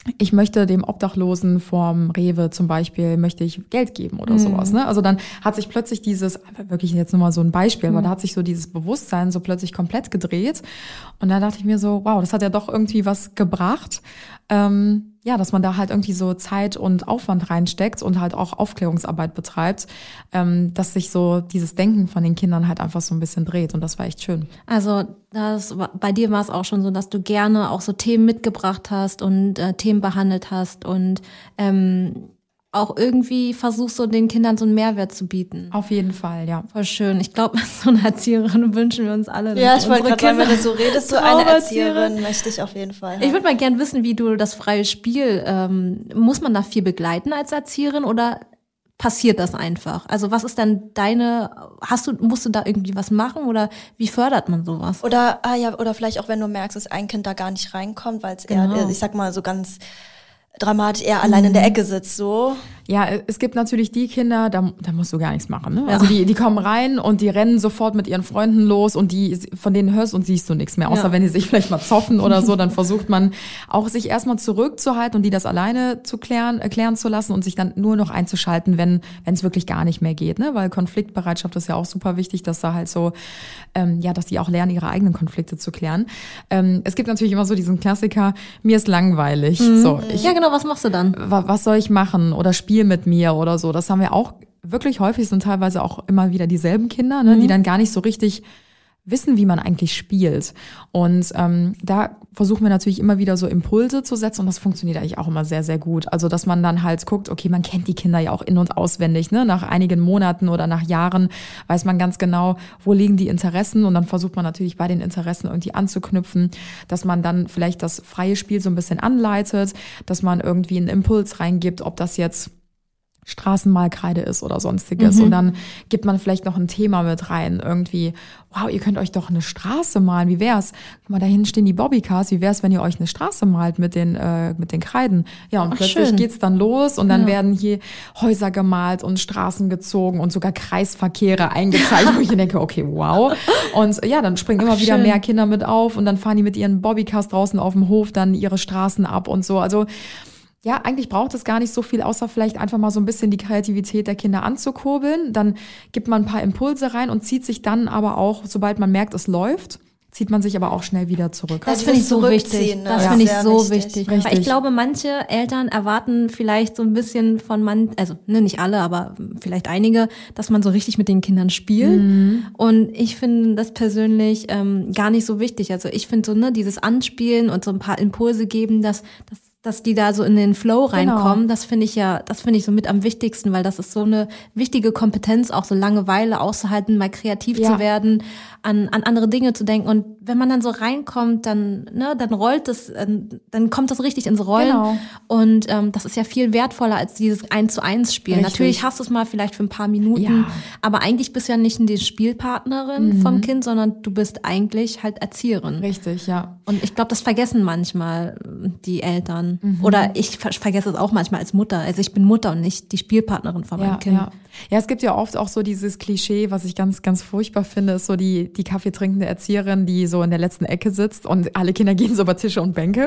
ich möchte dem Obdachlosen vorm Rewe zum Beispiel, möchte ich Geld geben oder mhm. sowas. Ne? Also dann hat sich plötzlich dieses, wirklich jetzt nur mal so ein Beispiel, mhm. aber da hat sich so dieses Bewusstsein so plötzlich komplett gedreht. Und da dachte ich mir so, wow, das hat ja doch irgendwie was gebracht. Ähm, ja, dass man da halt irgendwie so Zeit und Aufwand reinsteckt und halt auch Aufklärungsarbeit betreibt, ähm, dass sich so dieses Denken von den Kindern halt einfach so ein bisschen dreht. Und das war echt schön.
Also das, bei dir war es auch schon so, dass du gerne auch so Themen mitgebracht hast und äh, Themen behandelt hast und ähm, auch irgendwie versuchst so den Kindern so einen Mehrwert zu bieten.
Auf jeden Fall, ja.
Voll schön. Ich glaube, so eine Erzieherin wünschen wir uns alle.
Ja, ich wollte gerade sagen, wenn du so redest, so eine Erzieherin möchte ich auf jeden Fall haben.
Ich würde mal gern wissen, wie du das freie Spiel, ähm, muss man da viel begleiten als Erzieherin oder passiert das einfach? Also was ist denn deine, hast du, musst du da irgendwie was machen oder wie fördert man sowas?
Oder, ah ja, oder vielleicht auch, wenn du merkst, dass ein Kind da gar nicht reinkommt, weil es
Genau.
eher, ich sag mal, so ganz dramatisch eher allein in der Ecke sitzt, so.
Ja, es gibt natürlich die Kinder, da, da musst du gar nichts machen. Ne? Also die, die kommen rein und die rennen sofort mit ihren Freunden los und die von denen hörst und siehst du nichts mehr. Außer ja. wenn die sich vielleicht mal zoffen oder so, dann versucht man auch sich erstmal zurückzuhalten und die das alleine zu klären, erklären zu lassen und sich dann nur noch einzuschalten, wenn wenn es wirklich gar nicht mehr geht. Ne? Weil Konfliktbereitschaft ist ja auch super wichtig, dass da halt so, ähm, ja, dass die auch lernen, ihre eigenen Konflikte zu klären. Ähm, es gibt natürlich immer so diesen Klassiker, mir ist langweilig. Mhm. So, ich,
ja genau, was machst du dann?
Was soll ich machen? Oder spiel mit mir oder so. Das haben wir auch wirklich häufig, sind teilweise auch immer wieder dieselben Kinder, ne, mhm. die dann gar nicht so richtig wissen, wie man eigentlich spielt. Und ähm, da versuchen wir natürlich immer wieder so Impulse zu setzen und das funktioniert eigentlich auch immer sehr, sehr gut. Also dass man dann halt guckt, okay, man kennt die Kinder ja auch in- und auswendig. Ne? Nach einigen Monaten oder nach Jahren weiß man ganz genau, wo liegen die Interessen und dann versucht man natürlich bei den Interessen irgendwie anzuknüpfen, dass man dann vielleicht das freie Spiel so ein bisschen anleitet, dass man irgendwie einen Impuls reingibt, ob das jetzt Straßenmalkreide ist oder sonstiges. Mhm. Und dann gibt man vielleicht noch ein Thema mit rein. Irgendwie, wow, ihr könnt euch doch eine Straße malen. Wie wär's? Guck mal, da hinten stehen die Bobbycars. Wie wär's, wenn ihr euch eine Straße malt mit den äh, mit den Kreiden? Ja, und Ach, plötzlich schön. geht's dann los und dann ja. werden hier Häuser gemalt und Straßen gezogen und sogar Kreisverkehre eingezeichnet. Wo ich denke, okay, wow. Und ja, dann springen immer Ach, wieder schön. mehr Kinder mit auf und dann fahren die mit ihren Bobbycars draußen auf dem Hof dann ihre Straßen ab und so. Also ja, eigentlich braucht es gar nicht so viel, außer vielleicht einfach mal so ein bisschen die Kreativität der Kinder anzukurbeln. Dann gibt man ein paar Impulse rein und zieht sich dann aber auch, sobald man merkt, es läuft, zieht man sich aber auch schnell wieder zurück.
Das, das finde ich so wichtig. Ne? Das ja. finde ich so wichtig. wichtig. Weil ich glaube, manche Eltern erwarten vielleicht so ein bisschen von man, also ne, nicht alle, aber vielleicht einige, dass man so richtig mit den Kindern spielt. Mhm. Und ich finde das persönlich ähm, gar nicht so wichtig. Also ich finde so ne dieses Anspielen und so ein paar Impulse geben, dass das dass die da so in den Flow reinkommen, genau. das finde ich ja, das finde ich so mit am wichtigsten, weil das ist so eine wichtige Kompetenz, auch so Langeweile auszuhalten, mal kreativ ja. zu werden, an an andere Dinge zu denken. Und wenn man dann so reinkommt, dann ne, dann rollt das, dann kommt das richtig ins Rollen. Genau. Und ähm, das ist ja viel wertvoller als dieses eins zu eins Spielen. Richtig. Natürlich hast du es mal vielleicht für ein paar Minuten, ja. aber eigentlich bist du ja nicht die Spielpartnerin mhm. vom Kind, sondern du bist eigentlich halt Erzieherin.
Richtig, ja.
Und ich glaube, das vergessen manchmal die Eltern. Mhm. Oder ich ver- vergesse es auch manchmal als Mutter. Also ich bin Mutter und nicht die Spielpartnerin von meinem
ja,
Kind.
Ja. ja, es gibt ja oft auch so dieses Klischee, was ich ganz, ganz furchtbar finde, ist so die, die kaffeetrinkende Erzieherin, die so in der letzten Ecke sitzt und alle Kinder gehen so über Tische und Bänke.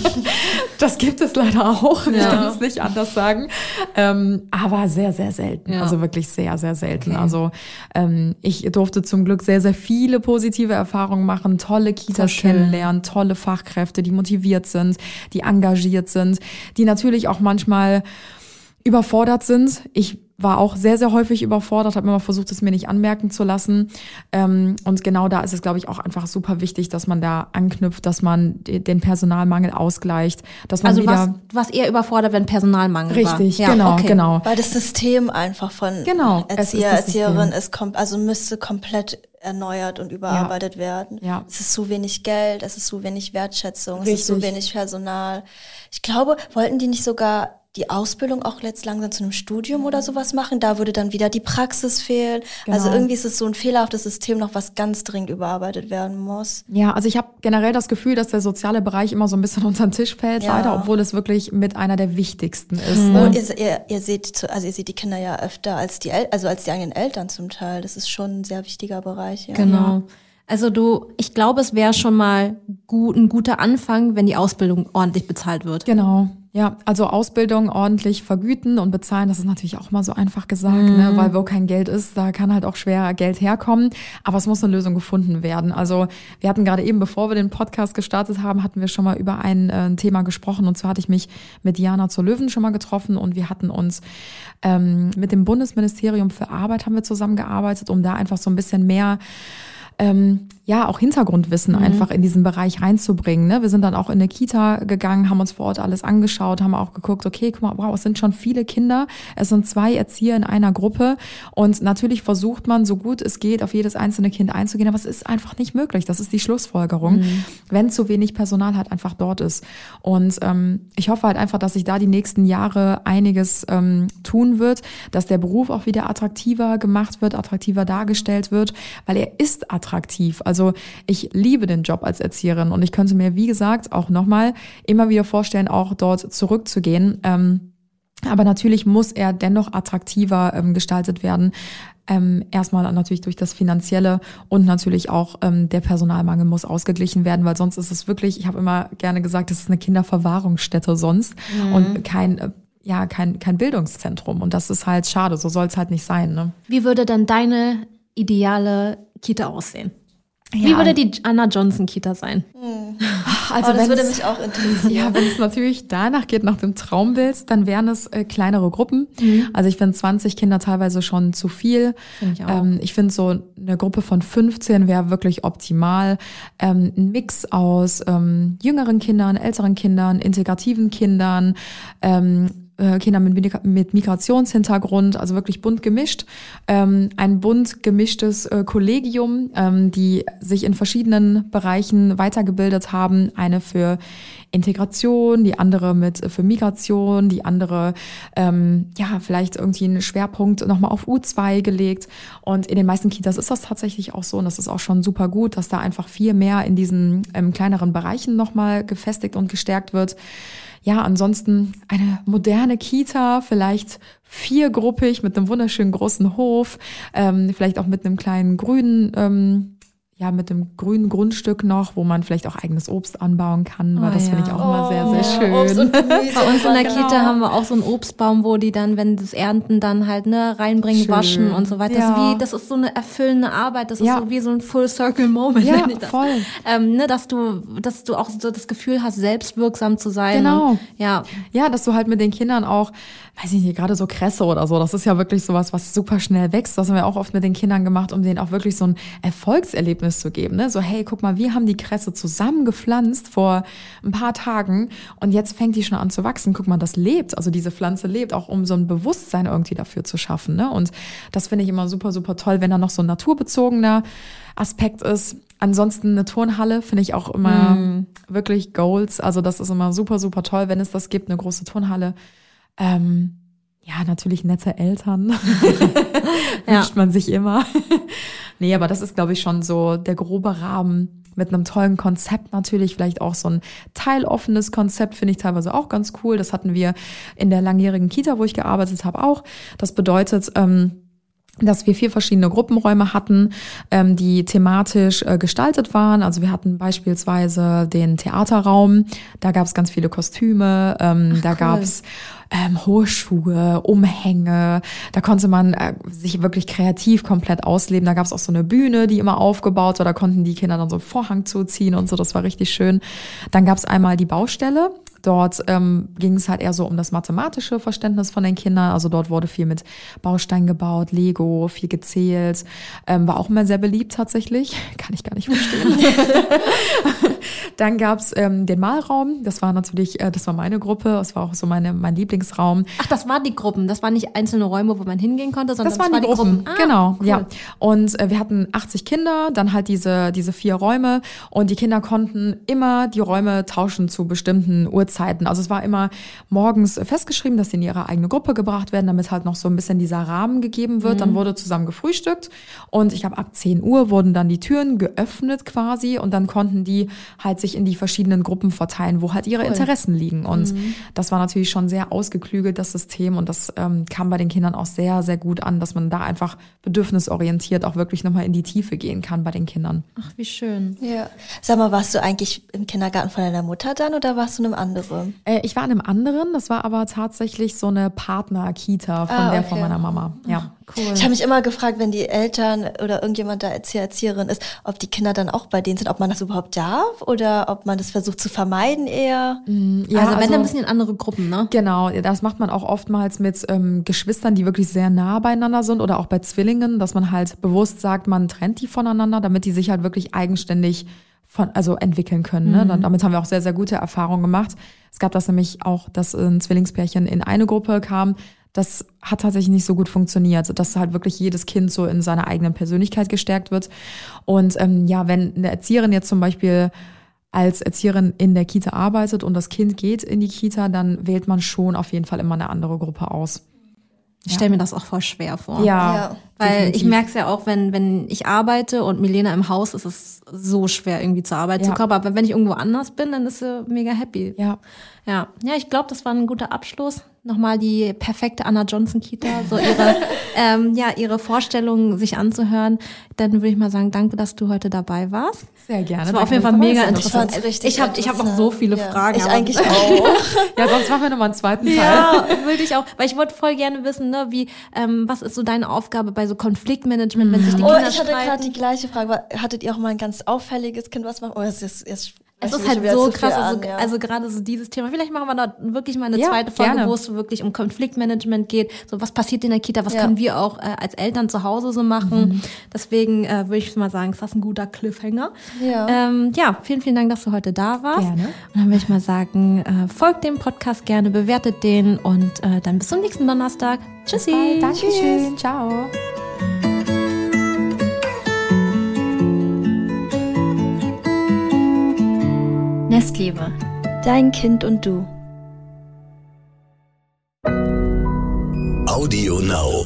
Das gibt es leider auch. Ja. Ich kann es nicht anders sagen. Ähm, aber sehr, sehr selten. Ja. Also wirklich sehr, sehr selten. Okay. Also ähm, ich durfte zum Glück sehr, sehr viele positive Erfahrungen machen, tolle Kitas kennenlernen, tolle Fachkräfte, die motiviert sind, die engagiert sind, die natürlich auch manchmal überfordert sind. Ich war auch sehr, sehr häufig überfordert, habe immer versucht, es mir nicht anmerken zu lassen. Und genau da ist es, glaube ich, auch einfach super wichtig, dass man da anknüpft, dass man den Personalmangel ausgleicht, dass man
also
wieder...
Also was, was eher überfordert, wenn Personalmangel
Richtig, war. Richtig, ja, genau, okay. genau.
Weil das System einfach von
genau,
Erzieher, ist Erzieherin ist, kom- also müsste komplett erneuert und überarbeitet
ja.
werden.
Ja.
Es ist zu wenig Geld, es ist zu wenig Wertschätzung,
Richtig.
es ist zu wenig Personal. Ich glaube, wollten die nicht sogar die Ausbildung auch letzt langsam zu einem Studium oder sowas machen? Da würde dann wieder die Praxis fehlen. Genau. Also irgendwie ist es so ein fehlerhaftes System noch, was ganz dringend überarbeitet werden muss.
Ja, also ich habe generell das Gefühl, dass der soziale Bereich immer so ein bisschen unter den Tisch fällt, ja. leider, obwohl es wirklich mit einer der wichtigsten ist.
Mhm.
Ne?
Und ihr, ihr, ihr seht, also ihr seht die Kinder ja öfter als die, El- also als die eigenen Eltern zum Teil. Das ist schon ein sehr wichtiger Bereich. Ja.
Genau. Also du, ich glaube, es wäre schon mal gut, ein guter Anfang, wenn die Ausbildung ordentlich bezahlt wird.
Genau. Ja, also Ausbildung ordentlich vergüten und bezahlen, das ist natürlich auch mal so einfach gesagt, mhm. ne? Weil wo kein Geld ist, da kann halt auch schwer Geld herkommen. Aber es muss eine Lösung gefunden werden. Also wir hatten gerade eben, bevor wir den Podcast gestartet haben, hatten wir schon mal über ein äh, Thema gesprochen. Und zwar hatte ich mich mit Diana zur Löwen schon mal getroffen und wir hatten uns ähm, mit dem Bundesministerium für Arbeit haben wir zusammengearbeitet, um da einfach so ein bisschen mehr Ähm, ja, auch Hintergrundwissen mhm. einfach in diesen Bereich reinzubringen. Ne? Wir sind dann auch in eine Kita gegangen, haben uns vor Ort alles angeschaut, haben auch geguckt, okay, guck mal, wow, es sind schon viele Kinder, es sind zwei Erzieher in einer Gruppe und natürlich versucht man, so gut es geht, auf jedes einzelne Kind einzugehen, aber es ist einfach nicht möglich. Das ist die Schlussfolgerung, mhm. wenn zu wenig Personal halt einfach dort ist. Und ähm, ich hoffe halt einfach, dass sich da die nächsten Jahre einiges ähm, tun wird, dass der Beruf auch wieder attraktiver gemacht wird, attraktiver dargestellt wird, weil er ist attraktiv. attraktiv. Also ich liebe den Job als Erzieherin und ich könnte mir, wie gesagt, auch nochmal immer wieder vorstellen, auch dort zurückzugehen. Ähm, aber natürlich muss er dennoch attraktiver ähm, gestaltet werden. Ähm, erstmal natürlich durch das Finanzielle und natürlich auch ähm, der Personalmangel muss ausgeglichen werden, weil sonst ist es wirklich, ich habe immer gerne gesagt, es ist eine Kinderverwahrungsstätte sonst mhm. und kein äh, ja kein kein Bildungszentrum und das ist halt schade, so soll es halt nicht sein. Ne?
Wie würde denn deine ideale Kita aussehen? Wie ja. würde die Anna Johnson Kita sein?
Hm. Also oh, das würde mich auch interessieren.
Ja, wenn es natürlich danach geht, nach dem Traumbild, dann wären es äh, kleinere Gruppen. Mhm. Also ich finde zwanzig Kinder teilweise schon zu viel. Find ich auch. Ähm, ich finde so eine Gruppe von fünfzehn wäre wirklich optimal. Ähm, ein Mix aus ähm, jüngeren Kindern, älteren Kindern, integrativen Kindern, ähm, Kinder mit, mit Migrationshintergrund, also wirklich bunt gemischt. Ähm, ein bunt gemischtes äh, Kollegium, ähm, die sich in verschiedenen Bereichen weitergebildet haben. Eine für Integration, die andere mit für Migration, die andere ähm, ja vielleicht irgendwie einen Schwerpunkt nochmal auf U zwei gelegt. Und in den meisten Kitas ist das tatsächlich auch so und das ist auch schon super gut, dass da einfach viel mehr in diesen ähm, kleineren Bereichen nochmal gefestigt und gestärkt wird. Ja, ansonsten eine moderne Kita, vielleicht viergruppig mit einem wunderschönen großen Hof, ähm, vielleicht auch mit einem kleinen grünen, ähm, ja, mit einem grünen Grundstück noch, wo man vielleicht auch eigenes Obst anbauen kann, weil oh, das ja. finde ich auch oh, immer sehr, sehr schön.
Obst und Gemüse. Bei uns in der genau. Kita haben wir auch so einen Obstbaum, wo die dann, wenn das Ernten dann halt ne reinbringen, schön. Waschen und so weiter. Ja. Das, ist wie, das ist so eine erfüllende Arbeit, das ist ja. so wie so ein Full-Circle-Moment.
Ja,
wenn ich das,
voll.
Ähm, ne, dass du, dass du auch so das Gefühl hast, selbstwirksam zu sein.
Genau.
Und, ja.
ja, dass du halt mit den Kindern auch, weiß ich nicht, gerade so Kresse oder so, das ist ja wirklich sowas, was super schnell wächst. Das haben wir auch oft mit den Kindern gemacht, um denen auch wirklich so ein Erfolgserlebnis zu geben. Ne? So, hey, guck mal, wir haben die Kresse zusammen gepflanzt vor ein paar Tagen und jetzt fängt die schon an zu wachsen. Guck mal, das lebt, also diese Pflanze lebt, auch um so ein Bewusstsein irgendwie dafür zu schaffen. Ne? Und das finde ich immer super, super toll, wenn da noch so ein naturbezogener Aspekt ist. Ansonsten eine Turnhalle finde ich auch immer mm. wirklich Goals. Also das ist immer super, super toll, wenn es das gibt, eine große Turnhalle. Ähm, ja, natürlich nette Eltern.
ja.
Wünscht man sich immer. Nee, aber das ist, glaube ich, schon so der grobe Rahmen mit einem tollen Konzept natürlich. Vielleicht auch so ein teiloffenes Konzept finde ich teilweise auch ganz cool. Das hatten wir in der langjährigen Kita, wo ich gearbeitet habe, auch. Das bedeutet, ähm, dass wir vier verschiedene Gruppenräume hatten, ähm, die thematisch äh, gestaltet waren. Also wir hatten beispielsweise den Theaterraum, da gab es ganz viele Kostüme, ähm, Ach, da cool. gab es ähm, hohe Schuhe, Umhänge, da konnte man äh, sich wirklich kreativ komplett ausleben. Da gab es auch so eine Bühne, die immer aufgebaut war, da konnten die Kinder dann so einen Vorhang zuziehen und so, das war richtig schön. Dann gab es einmal die Baustelle. Dort ähm, ging es halt eher so um das mathematische Verständnis von den Kindern. Also dort wurde viel mit Baustein gebaut, Lego, viel gezählt. Ähm, war auch immer sehr beliebt tatsächlich. Kann ich gar nicht verstehen. Dann gab's ähm, den Malraum. Das war natürlich, äh, das war meine Gruppe. Das war auch so meine mein Lieblingsraum.
Ach, das waren die Gruppen. Das waren nicht einzelne Räume, wo man hingehen konnte, sondern
das waren,
das
die,
waren die
Gruppen.
Gruppen. Ah,
genau,
cool.
ja. Und äh, wir hatten achtzig Kinder, dann halt diese diese vier Räume. Und die Kinder konnten immer die Räume tauschen zu bestimmten Uhrzeiten. Also es war immer morgens festgeschrieben, dass sie in ihre eigene Gruppe gebracht werden, damit halt noch so ein bisschen dieser Rahmen gegeben wird. Mhm. Dann wurde zusammen gefrühstückt und ich glaube ab zehn Uhr wurden dann die Türen geöffnet quasi und dann konnten die halt sich in die verschiedenen Gruppen verteilen, wo halt ihre cool. Interessen liegen. Und mhm. das war natürlich schon sehr ausgeklügelt, das System, und das ähm, kam bei den Kindern auch sehr, sehr gut an, dass man da einfach bedürfnisorientiert auch wirklich nochmal in die Tiefe gehen kann bei den Kindern.
Ach, wie schön.
Ja. Sag mal, warst du eigentlich im Kindergarten von deiner Mutter dann oder warst du in einem anderen andere?
Äh, ich war in einem anderen, das war aber tatsächlich so eine Partner-Kita von
Ah,
der
okay.
von meiner Mama. Ja.
Cool.
Ich habe mich immer gefragt, wenn die Eltern oder irgendjemand da Erzieher, Erzieherin ist, ob die Kinder dann auch bei denen sind, ob man das überhaupt darf oder ob man das versucht zu vermeiden eher.
Ja,
also wenn, dann ein bisschen in andere Gruppen, ne?
Genau, das macht man auch oftmals mit ähm, Geschwistern, die wirklich sehr nah beieinander sind oder auch bei Zwillingen, dass man halt bewusst sagt, man trennt die voneinander, damit die sich halt wirklich eigenständig von, also entwickeln können. Ne?
Mhm.
Damit haben wir auch sehr, sehr gute Erfahrungen gemacht. Es gab das nämlich auch, dass ein Zwillingspärchen in eine Gruppe kam. Das hat tatsächlich nicht so gut funktioniert, dass halt wirklich jedes Kind so in seiner eigenen Persönlichkeit gestärkt wird. Und ähm, ja, wenn eine Erzieherin jetzt zum Beispiel als Erzieherin in der Kita arbeitet und das Kind geht in die Kita, dann wählt man schon auf jeden Fall immer eine andere Gruppe aus.
Ich stelle mir das auch voll schwer vor.
Ja,
Ja.
Weil
definitiv.
ich merke es ja auch, wenn, wenn ich arbeite und Milena im Haus ist, ist es so schwer, irgendwie zur Arbeit
Ja.
zu kommen. Aber wenn ich irgendwo anders bin, dann ist sie mega happy.
Ja.
Ja, ja, ich glaube, das war ein guter Abschluss. Nochmal die perfekte Anna Johnson Kita, so ihre, ähm, ja, ihre Vorstellungen sich anzuhören. Dann würde ich mal sagen, danke, dass du heute dabei warst.
Sehr gerne.
Das war auf
Danke,
jeden Fall
dass du
mega
dabei bist.
interessant.
Ich fand's richtig
Ich habe ich hab noch so
interessant.
viele
Ja.
Fragen.
Ich
aber-
eigentlich auch.
Ja, sonst machen wir nochmal einen zweiten Teil.
Ja, würde ich auch. Weil ich wollte voll gerne wissen, ne, wie, ähm, was ist so deine Aufgabe bei so Konfliktmanagement, wenn sich die
Oh,
Kinder
ich hatte gerade
streiten?
die gleiche Frage. Aber hattet ihr auch mal ein ganz auffälliges Kind, was macht? Oh, es ist, es
Es
spreche
ist
ich
halt
schon wieder
so
zu viel
krass, also,
an, ja.
also gerade so dieses Thema. Vielleicht machen wir da wirklich mal eine
Ja,
zweite Folge,
gerne.
wo es wirklich um Konfliktmanagement geht. So, was passiert in der Kita? Was
Ja.
können wir auch äh, als Eltern zu Hause so machen? Deswegen äh, würde ich mal sagen, ist das ein guter Cliffhanger.
Ja.
Ähm, ja, vielen, vielen Dank, dass du heute da warst.
Gerne.
Und dann würde ich mal sagen, äh, folgt dem Podcast gerne, bewertet den und äh, dann bis zum nächsten Donnerstag. Tschüssi.
Dankeschön. Ciao.
Nestliebe.
Dein Kind und du.
Audio Now.